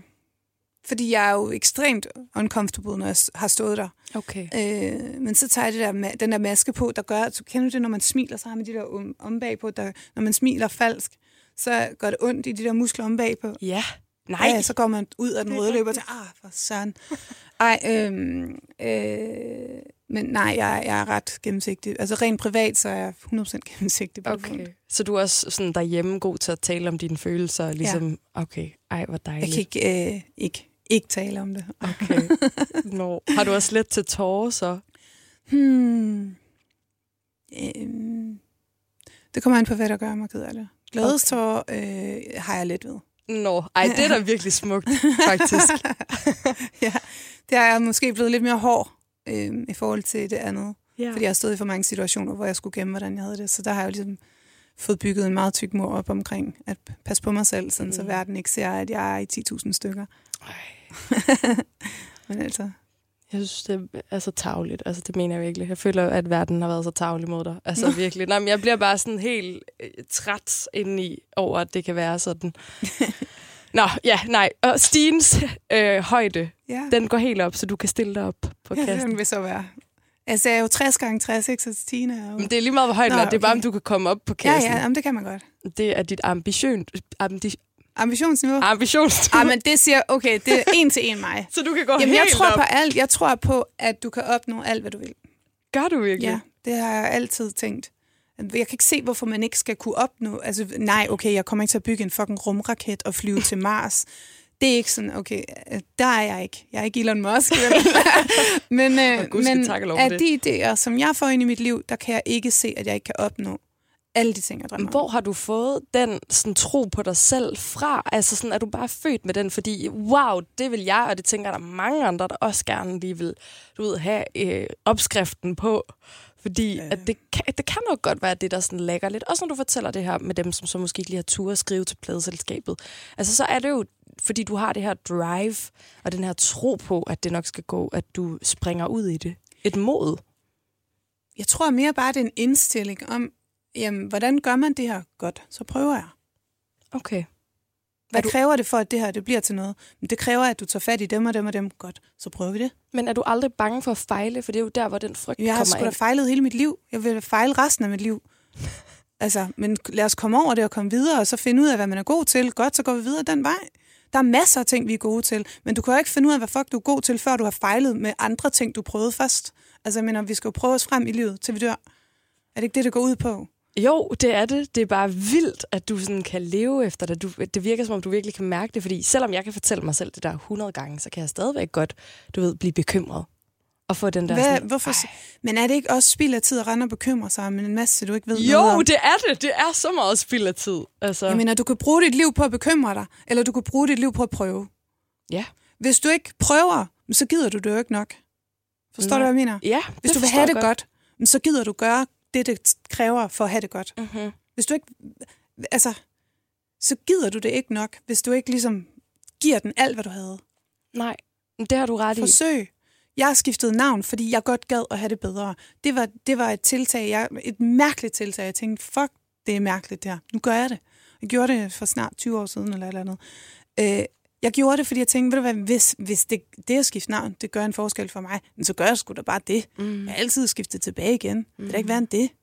fordi jeg er jo ekstremt uncomfortable, når jeg har stået der. Okay. Øh, men så tager jeg det der, den der maske på, der gør... Så kender du det, når man smiler, så har man de der om, om bagpå, der, når man smiler falsk, så gør det ondt i de der muskler om bagpå. Ja. Nej. Ja, så går man ud af den røde løber og tænker, ah, for søren. Ej, øhm, øh, men nej, jeg, jeg er ret gennemsigtig. Altså rent privat, så er jeg hundrede procent gennemsigtig på okay. det. Så du er også sådan derhjemme god til at tale om dine følelser? Ligesom, ja. Okay, ej, hvor dejligt. Jeg kan ikke, øh, ikke, ikke tale om det. Okay. No. Har du også let til tårer, så? Hmm. Øhm, det kommer an på, hvad der gør mig ked af det. Glædestårer øh, har jeg let ved. Nå, ej, det er da virkelig smukt, faktisk. Ja, det er jeg måske blevet lidt mere hård øh, i forhold til det andet. Ja. Fordi jeg har stået i for mange situationer, hvor jeg skulle gemme, hvordan jeg havde det. Så der har jeg jo ligesom fået bygget en meget tyk mur op omkring at passe på mig selv, sådan, mm. så verden ikke ser, at jeg er i ti tusind stykker. Men altså... Jeg synes, det er så tarveligt. Altså, det mener jeg virkelig. Jeg føler, at verden har været så tarvelig mod dig. Altså, virkelig. Nå, men jeg bliver bare sådan helt øh, træt indeni over, at det kan være sådan. Nå, ja, nej. Og Stines øh, højde, Ja. den går helt op, så du kan stille dig op på Ja, kassen. den vil så være. Altså, jeg er jo tres gange tres, ikke? Så Stine er jo... Men det er lige meget, hvor højt Nå, den er. Det er bare, okay. om du kan komme op på Ja, kassen. ja, jamen, det kan man godt. Det er dit ambition... Ambi- Ambitionsniveau? ambitionsniveau. Ah, men det siger, okay, det er en til en mig. Så du kan gå Jamen, helt jeg tror op. på alt. Jeg tror på, at du kan opnå alt, hvad du vil. Gør du virkelig? Ja, det har jeg altid tænkt. Jeg kan ikke se, hvorfor man ikke skal kunne opnå... Altså, nej, okay, jeg kommer ikke til at bygge en fucking rumraket og flyve til Mars. Det er ikke sådan, okay, der er jeg ikke. Jeg er ikke Elon Musk. men øh, Gud skal men takke lov for af det. de idéer, som jeg får ind i mit liv, der kan jeg ikke se, at jeg ikke kan opnå alle de ting, jeg drømmer om. Hvor har du fået den sådan, tro på dig selv fra? Altså, sådan, er du bare født med den? Fordi, wow, det vil jeg, og det tænker der er mange andre, der også gerne lige vil du ved, have øh, opskriften på. Fordi Ja. at det, kan, det kan nok godt være det, der sådan lægger lidt. Også når du fortæller det her med dem, som så måske ikke lige har tur at skrive til pladeselskabet. Altså, så er det jo, fordi du har det her drive, og den her tro på, at det nok skal gå, at du springer ud i det. Et mod. Jeg tror mere bare, det er en indstilling om, jamen, hvordan gør man det her godt? Så prøver jeg. Okay. Hvad du- kræver det for, at det her det bliver til noget? Men det kræver, at du tager fat i dem og dem og dem. Godt, så prøver vi det. Men er du aldrig bange for at fejle? For det er jo der, hvor den frygt Jeg har kommer sgu da ind. fejlet hele mit liv. Jeg vil fejle resten af mit liv. Altså, men lad os komme over det og komme videre, og så finde ud af, hvad man er god til. Godt, så går vi videre den vej. Der er masser af ting, vi er gode til. Men du kan jo ikke finde ud af, hvad fuck du er god til, før du har fejlet med andre ting, du prøvede først. Altså, jeg mener, vi skal jo prøve os frem i livet, til vi dør. Er det ikke det, det går ud på? Jo, det er det. Det er bare vildt, at du sådan kan leve efter det. Du, det virker, som om du virkelig kan mærke det, fordi selvom jeg kan fortælle mig selv det der hundrede gange, så kan jeg stadigvæk godt, du ved, blive bekymret. Og få den der Hvad, sådan, hvorfor? ej. Men er det ikke også spild af tid at rende og bekymre sig om en masse, du ikke ved noget Jo, om? det er det. Det er så meget spild af tid. Altså, Jeg mener, du kan bruge dit liv på at bekymre dig, eller du kan bruge dit liv på at prøve. ja. Hvis du ikke prøver, så gider du det jo ikke nok. Forstår Nej. du, hvad jeg mener? Ja, Hvis du vil have det godt, så gider du gøre det, det kræver for at have det godt. Mm-hmm. Hvis du ikke, altså, så gider du det ikke nok, hvis du ikke ligesom giver den alt, hvad du havde. Nej, men det har du ret i. Forsøg. Jeg har skiftet navn, fordi jeg godt gad at have det bedre. Det var, det var et tiltag, jeg, et mærkeligt tiltag. Jeg tænkte, fuck, det er mærkeligt det her. Nu gør jeg det. Jeg gjorde det for snart tyve år siden, eller et eller andet. Øh, jeg gjorde det, fordi jeg tænkte, ved du hvad, hvis, hvis det, det at skifte navn, det gør en forskel for mig, så gør jeg sgu da bare det. Mm. Jeg har altid skiftet tilbage igen. Mm. Det er da ikke værre end det.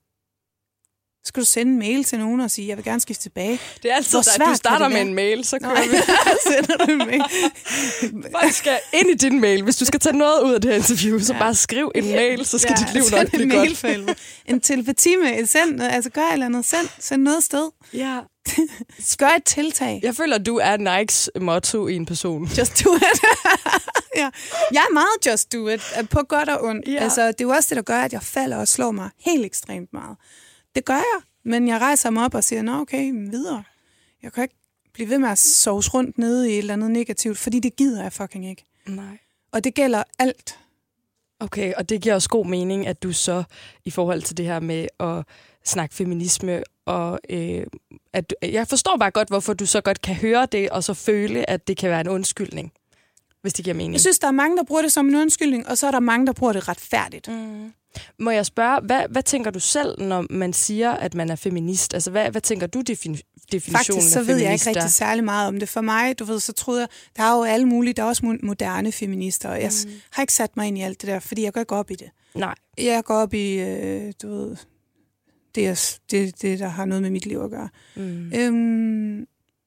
Så skal du sende en mail til nogen og sige, jeg vil gerne skifte tilbage. Det er altid, Hvor at svært du kan starter det med være? en mail, så Nå, kører vi. sender du en mail. Folk skal ind i din mail. Hvis du skal tage noget ud af det her interview, så Ja. bare skriv en mail, så skal Ja, dit liv send nok blive en godt. mail for helvede. En telepati-mail. Send noget, altså gør et eller andet. Send, send noget sted. Ja. Gør et tiltag. Jeg føler, at du er Nikes motto i en person. Just do it. Ja. Jeg er meget just do it, på godt og ondt. Ja. Altså, det er jo også det, der gør, at jeg falder og slår mig helt ekstremt meget. Det gør jeg, men jeg rejser mig op og siger, nå okay, videre. Jeg kan ikke blive ved med at sove rundt nede i et eller andet negativt, fordi det gider jeg fucking ikke. Nej. Og det gælder alt. Okay, og det giver også god mening, at du så i forhold til det her med at snakke feminisme, og øh, at du, jeg forstår bare godt, hvorfor du så godt kan høre det, og så føle, at det kan være en undskyldning, hvis det giver mening. Jeg synes, der er mange, der bruger det som en undskyldning, og så er der mange, der bruger det retfærdigt. Mm. Må jeg spørge, hvad, hvad tænker du selv, når man siger, at man er feminist? Altså, hvad, hvad tænker du defini- definitionen Faktisk så af ved jeg feminist ikke er? rigtig særlig meget om det. For mig, du ved, så troede jeg, der er jo alle mulige, der er også moderne feminister, og jeg mm. har ikke sat mig ind i alt det der, fordi jeg går ikke op i det. Nej. Jeg går op i, øh, du ved, det, er, det, det, der har noget med mit liv at gøre. Mm. Øhm,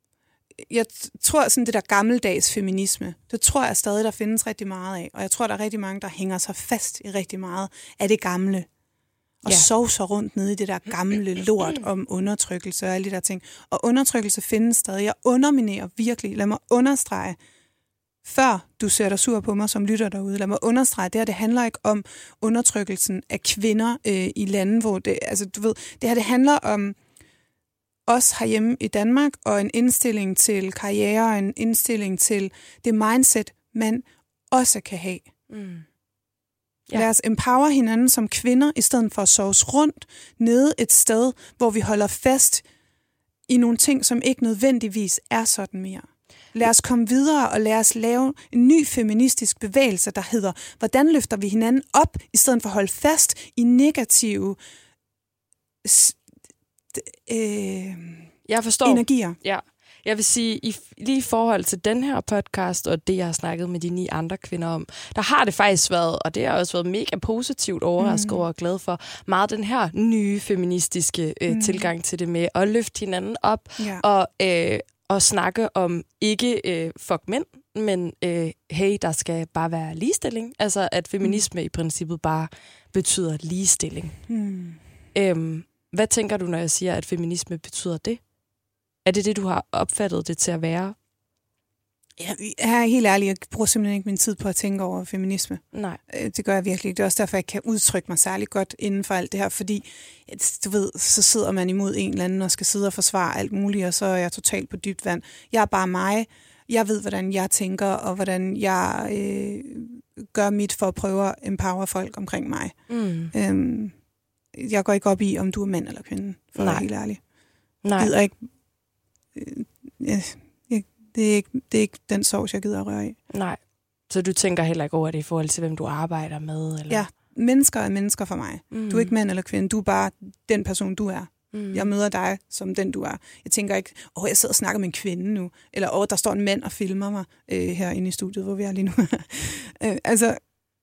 jeg tror, sådan det der gammeldags feminisme, det tror jeg stadig, der findes rigtig meget af. Og jeg tror, der er rigtig mange, der hænger sig fast i rigtig meget af det gamle. Og Ja. sovser rundt nede i det der gamle lort om undertrykkelse og alle de der ting. Og undertrykkelse findes stadig. Jeg underminerer virkelig. Lad mig understrege, før du ser dig sur på mig som lytter derude, lad mig understrege, det her, det handler ikke om undertrykkelsen af kvinder øh, i lande, hvor det, altså du ved, det her, det handler om os herhjemme i Danmark, og en indstilling til karriere, og en indstilling til det mindset, man også kan have. Mm. Ja. Ja. Lad os empower hinanden som kvinder, i stedet for at sovs rundt nede et sted, hvor vi holder fast i nogle ting, som ikke nødvendigvis er sådan mere. Lad os komme videre, og lad os lave en ny feministisk bevægelse, der hedder, hvordan løfter vi hinanden op, i stedet for at holde fast i negative øh, jeg forstår. energier. Ja. Jeg vil sige, i, lige i forhold til den her podcast, og det, jeg har snakket med de ni andre kvinder om, der har det faktisk været, og det har også været mega positivt overrasket mm. over og glad for, meget den her nye feministiske øh, mm. tilgang til det med at løfte hinanden op, ja. og, øh, og snakke om ikke øh, fuck mænd, men øh, hey, der skal bare være ligestilling. Altså, at feminisme mm. i princippet bare betyder ligestilling. Mm. Øhm, hvad tænker du, når jeg siger, at feminisme betyder det? Er det det, du har opfattet det til at være? Ja, jeg er helt ærlig, jeg bruger simpelthen ikke min tid på at tænke over feminisme. Nej. Det gør jeg virkelig ikke. Det er også derfor, jeg kan udtrykke mig særlig godt inden for alt det her, fordi du ved, så sidder man imod en eller anden og skal sidde og forsvare alt muligt, og så er jeg totalt på dybt vand. Jeg er bare mig. Jeg ved, hvordan jeg tænker, og hvordan jeg øh, gør mit for at prøve at empower folk omkring mig. Mm. Øhm, jeg går ikke op i, om du er mand eller kvinde, for at være helt ærlig. Nej. Jeg gider ikke... Øh, øh, Det er, ikke, det er ikke den sovs, jeg gider at røre i. Nej. Så du tænker heller ikke over det i forhold til, hvem du arbejder med? Eller? Ja, mennesker er mennesker for mig. Mm. Du er ikke mand eller kvinde, du er bare den person, du er. Mm. Jeg møder dig som den, du er. Jeg tænker ikke, åh, oh, jeg sidder og snakker med en kvinde nu. Eller, åh, oh, der står en mand og filmer mig øh, herinde i studiet, hvor vi er lige nu. øh, altså,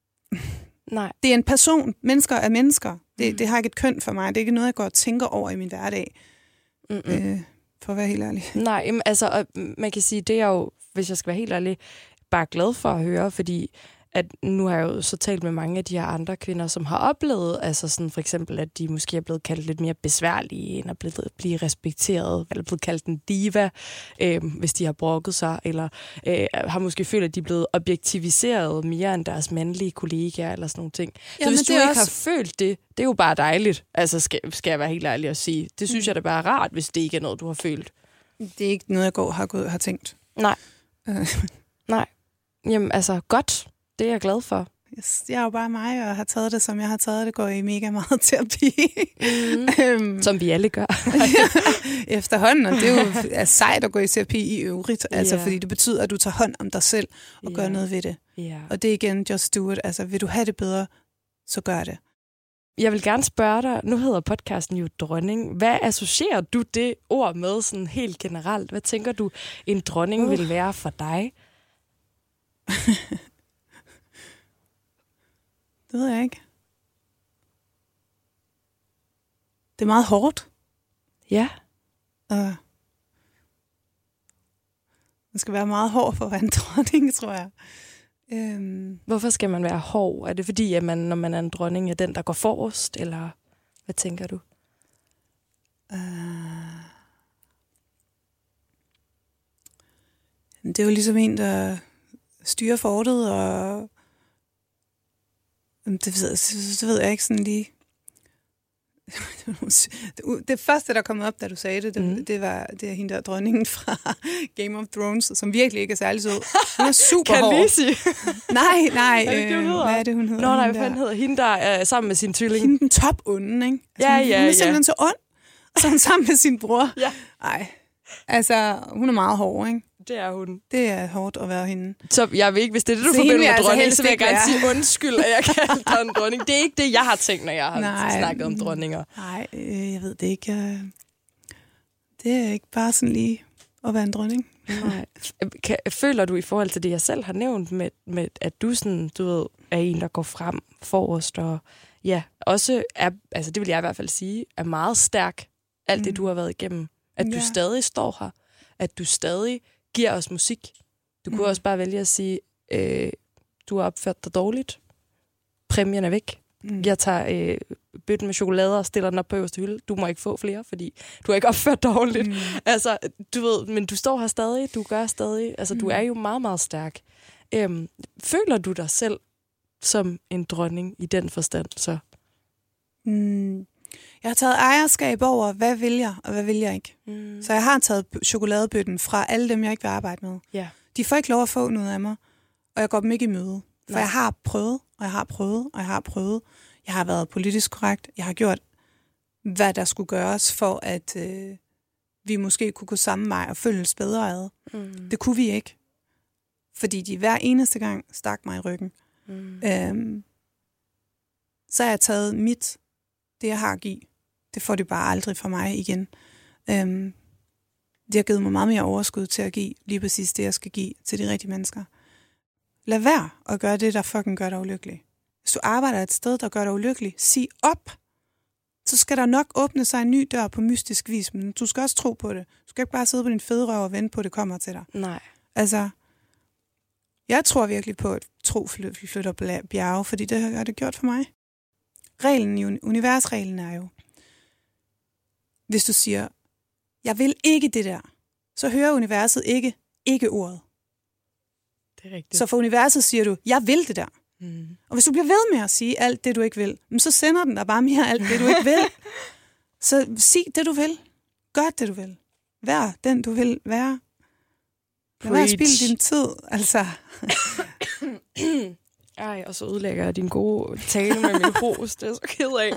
nej. Det er en person. Mennesker er mennesker. Det, mm. det har ikke et køn for mig. Det er ikke noget, jeg går og tænker over i min hverdag. Øh, for at være helt ærlig. Nej, jamen, altså, man kan sige, det er jo, hvis jeg skal være helt ærlig, bare glad for at høre, fordi at nu har jeg jo så talt med mange af de her andre kvinder, som har oplevet, altså sådan for eksempel, at de måske er blevet kaldt lidt mere besværlige, end at blive, blive respekteret, eller blevet kaldt en diva, øh, hvis de har brokket sig, eller øh, har måske følt, at de er blevet objektiviseret mere end deres mandlige kollegaer, eller sådan nogle ting. Så hvis du ikke også... har følt det, det er jo bare dejligt, altså skal, skal jeg være helt ærlig at sige. Det synes mm. jeg da bare er rart, hvis det ikke er noget, du har følt. Det er ikke noget, jeg går har gået har tænkt. Nej. Nej. Jamen, altså, godt. Det er jeg glad for. Yes, jeg er jo bare mig, og har taget det, som jeg har taget det, går i mega meget terapi. Mm. um, som vi alle gør. Efterhånden, og det er jo er sejt at gå i terapi i øvrigt, altså, yeah. fordi det betyder, at du tager hånd om dig selv og yeah. gør noget ved det. Yeah. Og det er igen, just do it. Altså, vil du have det bedre, så gør det. Jeg vil gerne spørge dig, nu hedder podcasten jo Dronning. Hvad associerer du det ord med sådan helt generelt? Hvad tænker du, en dronning uh. vil være for dig? Det ved jeg ikke. Det er meget hårdt. Ja. Uh, man skal være meget hård for at være en dronning, tror jeg. Um, Hvorfor skal man være hård? Er det fordi, at man, når man er en dronning, er den, der går forrest? Eller hvad tænker du? Uh, det er jo ligesom en, der styrer fortet, og Det ved, det ved jeg ikke sådan lige. Det første, der kom op, da du sagde det, det, mm. det var det er hende der dronningen fra Game of Thrones, som virkelig ikke er særlig sød. Hun er super hård. Khaleesi. Nej, nej. Er det, det, øh, hvad er det, hun hedder? Nå, nej, hvad hedder hende, der er sammen med sin tvilling? Hende den top-onde, ikke? Altså, ja, hun, ja, hun er ja. simpelthen så ond, og så er hun sammen med sin bror. Ja. Ej, altså, hun er meget hård, ikke? Det er hun. Det er hårdt at være hende. Så jeg ved ikke, hvis det er det, du forbinder med altså dronning, så vil jeg gerne være. sige undskyld, at jeg kalder dig en dronning. Det er ikke det, jeg har tænkt, når jeg har Nej, snakket om dronninger. Nej, øh, jeg ved det ikke. Det er ikke bare sådan lige at være en dronning. Nej. Kan, føler du i forhold til det, jeg selv har nævnt, med, med at du, sådan, du ved, er en, der går frem forrest, og ja, også er, altså det vil jeg i hvert fald sige, er meget stærk, alt mm. det, du har været igennem. At ja. du stadig står her, at du stadig giver os musik. Du kunne mm. også bare vælge at sige, øh, du har opført dig dårligt. Præmien er væk. Mm. Jeg tager øh, bøtten med chokolade og stiller den op på øverste hylde. Du må ikke få flere, fordi du har ikke opført dårligt. Mm. Altså, du ved, men du står her stadig, du gør stadig. Altså, mm. du er jo meget, meget stærk. Øhm, føler du dig selv som en dronning i den forstand, så? Mm. Jeg har taget ejerskab over, hvad vil jeg, og hvad vil jeg ikke. Mm. Så jeg har taget chokoladebøtten fra alle dem, jeg ikke vil arbejde med. Yeah. De får ikke lov at få noget af mig, og jeg går dem ikke i møde. For Nej. jeg har prøvet, og jeg har prøvet, og jeg har prøvet. Jeg har været politisk korrekt. Jeg har gjort, hvad der skulle gøres for, at, øh, vi måske kunne gå samme vej og følges bedre ad. Mm. Det kunne vi ikke. Fordi de hver eneste gang stak mig i ryggen. Mm. Øhm, så har jeg taget mit, det jeg har at give. Det får de bare aldrig fra mig igen. Øhm, det har givet mig meget mere overskud til at give lige præcis det, jeg skal give til de rigtige mennesker. Lad være at gøre det, der fucking gør dig ulykkelig. Hvis du arbejder et sted, der gør dig ulykkelig, sig op. Så skal der nok åbne sig en ny dør på mystisk vis, men du skal også tro på det. Du skal ikke bare sidde på din fede røv og vente på, at det kommer til dig. Nej. Altså, jeg tror virkelig på, at tro flytter bjerge, fordi det har det gjort for mig. Reglen i universreglen er jo, hvis du siger, jeg vil ikke det der, så hører universet ikke ikke-ordet. Det er rigtigt. Så for universet siger du, jeg vil det der. Mm. Og hvis du bliver ved med at sige alt det, du ikke vil, så sender den dig bare mere alt det, du ikke vil. Så sig det, du vil. Gør det, du vil. Vær den, du vil være. Lad være at spilde din tid, altså. Ej, og så udlægger jeg din gode tale med min host. Det er så ked af.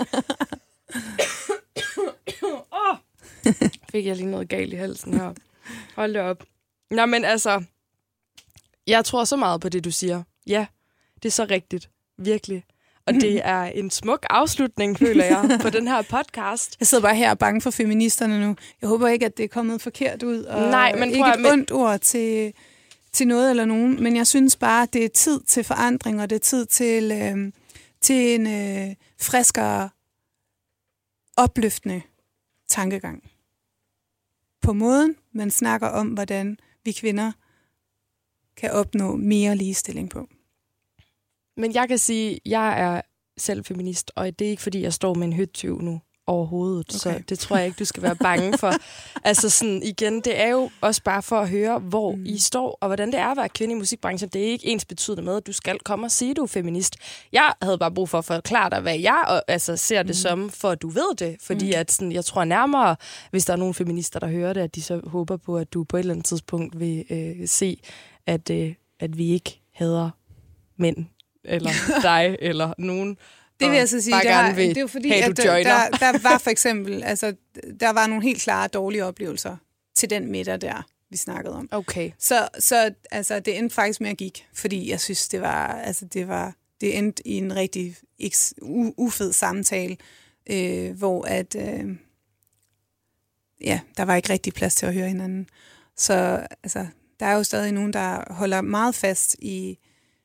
oh. Fik jeg lige noget galt i halsen her. Hold det op. Nå, men altså, jeg tror så meget på det, du siger. Ja, det er så rigtigt. Virkelig. Og det er en smuk afslutning, føler jeg, på den her podcast. Jeg sidder bare her og bange for feministerne nu. Jeg håber ikke, at det er kommet forkert ud. Og Nej, men ikke prøv, et men... ondt ord til, til noget eller nogen. Men jeg synes bare, at det er tid til forandring, og det er tid til, øh, til en øh, friskere, opløftende tankegang. På måden, man snakker om, hvordan vi kvinder kan opnå mere ligestilling på. Men jeg kan sige, at jeg er selv feminist, og det er ikke, fordi jeg står med en høtyv nu overhovedet. Okay. Så det tror jeg ikke, du skal være bange for. Altså sådan, igen, det er jo også bare for at høre, hvor mm. I står, og hvordan det er at være kvinde i musikbranchen. Det er ikke ens betydende med, at du skal komme og sige, at du er feminist. Jeg havde bare brug for at forklare dig, hvad jeg og, altså, ser det mm. som, for at du ved det. Fordi mm. at, sådan, jeg tror nærmere, hvis der er nogle feminister, der hører det, at de så håber på, at du på et eller andet tidspunkt vil øh, se, at, øh, at vi ikke hader mænd, eller dig, eller nogen. Det vil jeg så sige, der har, det er jo fordi, hey, at der, der, der var for eksempel, altså, der var nogle helt klare dårlige oplevelser til den middag der, vi snakkede om. Okay. Så, så altså, det endte faktisk med at gik, fordi jeg synes, det var, altså, det var, det endte i en rigtig ikke, u, ufed samtale, øh, hvor at, øh, ja, der var ikke rigtig plads til at høre hinanden. Så altså, der er jo stadig nogen, der holder meget fast i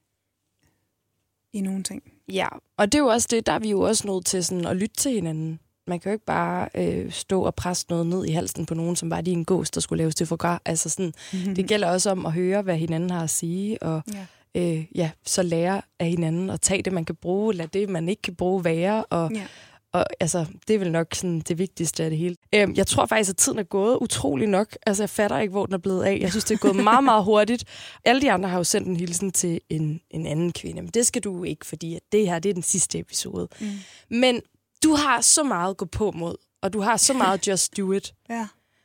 i nogle ting. Ja, og det er jo også det, der er vi jo også nødt til sådan at lytte til hinanden. Man kan jo ikke bare øh, stå og presse noget ned i halsen på nogen, som bare de er en gås, der skulle laves til foie gras. Altså sådan, mm-hmm. Det gælder også om at høre, hvad hinanden har at sige, og ja. Øh, ja, så lære af hinanden, og tage det, man kan bruge, lade det, man ikke kan bruge, være, og ja. Og altså, det er vel nok sådan det vigtigste af det hele. Øhm, jeg tror faktisk, at tiden er gået utrolig nok. Altså, jeg fatter ikke, hvor den er blevet af. Jeg synes, det er gået meget, meget hurtigt. Alle de andre har jo sendt en hilsen til en, en anden kvinde. Men det skal du ikke, fordi at det her, det er den sidste episode. Mm. Men du har så meget at gå på mod, og du har så meget just do it. Ja.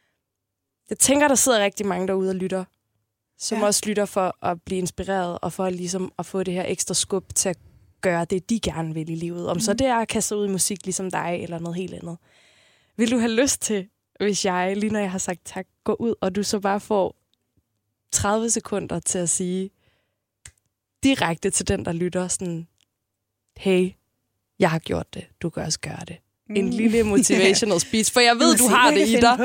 Jeg tænker, der sidder rigtig mange derude og lytter, som ja. også lytter for at blive inspireret, og for ligesom at få det her ekstra skub til at gøre det, de gerne vil i livet. Om mm. så det er at kaste ud i musik ligesom dig, eller noget helt andet. Vil du have lyst til, hvis jeg, lige når jeg har sagt tak, gå ud, og du så bare får tredive sekunder til at sige direkte til den, der lytter, sådan, hey, jeg har gjort det, du kan også gøre det. Mm. En lille motivational speech, for jeg ved, du, du har det i dig.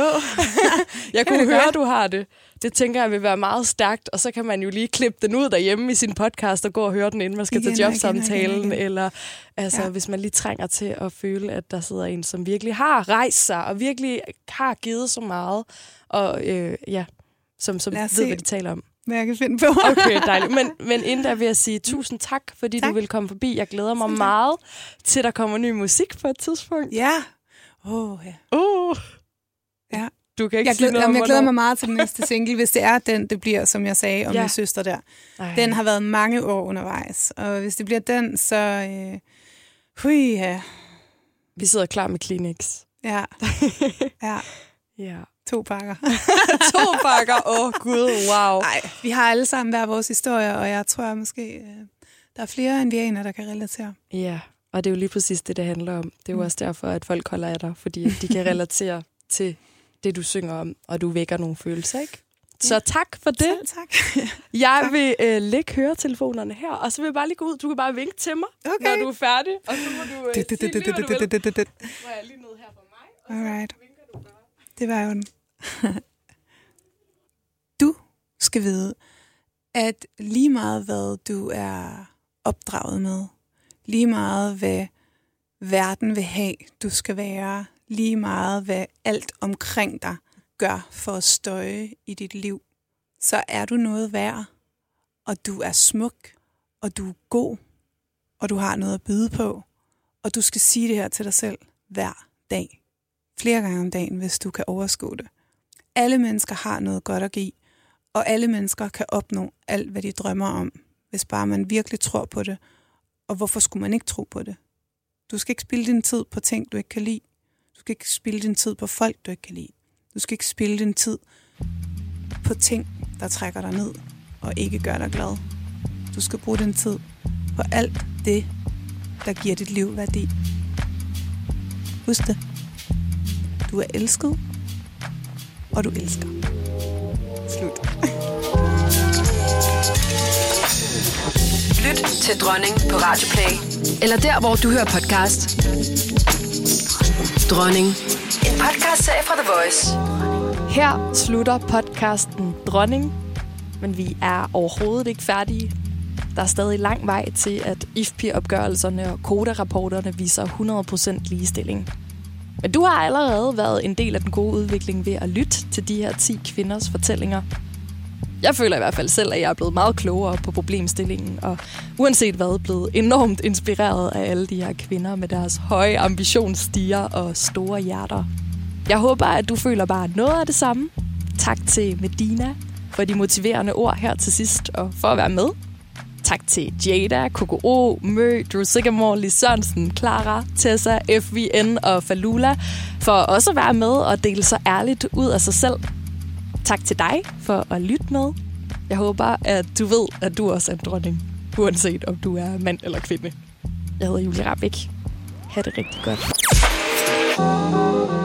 Jeg kunne høre, godt. Du har det. Det tænker jeg vil være meget stærkt, og så kan man jo lige klippe den ud derhjemme i sin podcast og gå og høre den, inden man skal igen, til jobsamtalen, igen, igen. Eller altså, ja. Hvis man lige trænger til at føle, at der sidder en, som virkelig har rejst sig, og virkelig har givet så meget, og øh, ja, som, som ved, se, hvad de taler om. Hvad jeg kan finde på. Okay, dejligt. Men, men inden der vil jeg sige tusind tak, fordi tak. Du vil komme forbi. Jeg glæder mig meget til, der kommer ny musik på et tidspunkt. Ja. Åh, oh, ja. Uh. Ja. Du kan ikke jeg, sige glæder, noget jeg glæder mig meget til den næste single, hvis det er den, det bliver, som jeg sagde om ja. Min søster der. Ej. Den har været mange år undervejs, og hvis det bliver den, så... Øh, hui, ja. Vi sidder klar med Kleenex. Ja. Ja. Ja. To pakker. to pakker? Åh, oh, gud, wow. Nej, vi har alle sammen hver vores historie, og jeg tror måske, øh, der er flere end vi aner, der kan relatere. Ja, og det er jo lige præcis det, det handler om. Det er jo mm. også derfor, at folk holder af dig, fordi de kan relatere til det, du synger om, og du vækker nogle følelser, ikke? Så tak for det. Selv tak. Jeg Tak. vil øh, lægge høretelefonerne her, og så vil jeg bare lige gå ud. Du kan bare vinke til mig, Okay. når du er færdig. Og så må du øh, sige lige, hvad du vil. Det Nu er jeg lige ned her for mig, og så Alright. vinker du bare. var jo den. Du skal vide, at lige meget hvad du er opdraget med, lige meget hvad verden vil have, du skal være, lige meget hvad alt omkring dig gør for at støje i dit liv, så er du noget værd, og du er smuk, og du er god, og du har noget at byde på, og du skal sige det her til dig selv hver dag. Flere gange om dagen, hvis du kan overskue det. Alle mennesker har noget godt at give, og alle mennesker kan opnå alt, hvad de drømmer om, hvis bare man virkelig tror på det. Og hvorfor skulle man ikke tro på det? Du skal ikke spilde din tid på ting, du ikke kan lide. Du skal ikke spilde din tid på folk, du ikke kan lide. Du skal ikke spilde din tid på ting, der trækker dig ned og ikke gør dig glad. Du skal bruge din tid på alt det, der giver dit liv værdi. Husk det. Du er elsket, og du elsker. Slut. Lyt til Dronning på Radioplay. Eller der, hvor du hører podcast. Dronning. En podcastserie fra The Voice. Her slutter podcasten Dronning, men vi er overhovedet ikke færdige. Der er stadig lang vej til, at I F P I-opgørelserne og koderapporterne viser hundrede procent ligestilling. Men du har allerede været en del af den gode udvikling ved at lytte til de her ti kvinders fortællinger. Jeg føler i hvert fald selv, at jeg er blevet meget klogere på problemstillingen, og uanset hvad, blevet enormt inspireret af alle de her kvinder med deres høje ambitionsstiger og store hjerter. Jeg håber, at du føler bare noget af det samme. Tak til Medina for de motiverende ord her til sidst, og for at være med. Tak til Jada, K K O, Mø, Drew Sigamore, Lis Sørensen, Clara, Tessa, F V N og Falula for også at være med og dele sig ærligt ud af sig selv. Tak til dig for at lytte med. Jeg håber, at du ved, at du også er en dronning, uanset om du er mand eller kvinde. Jeg hedder Julie Rahbek. Ha' det rigtig godt.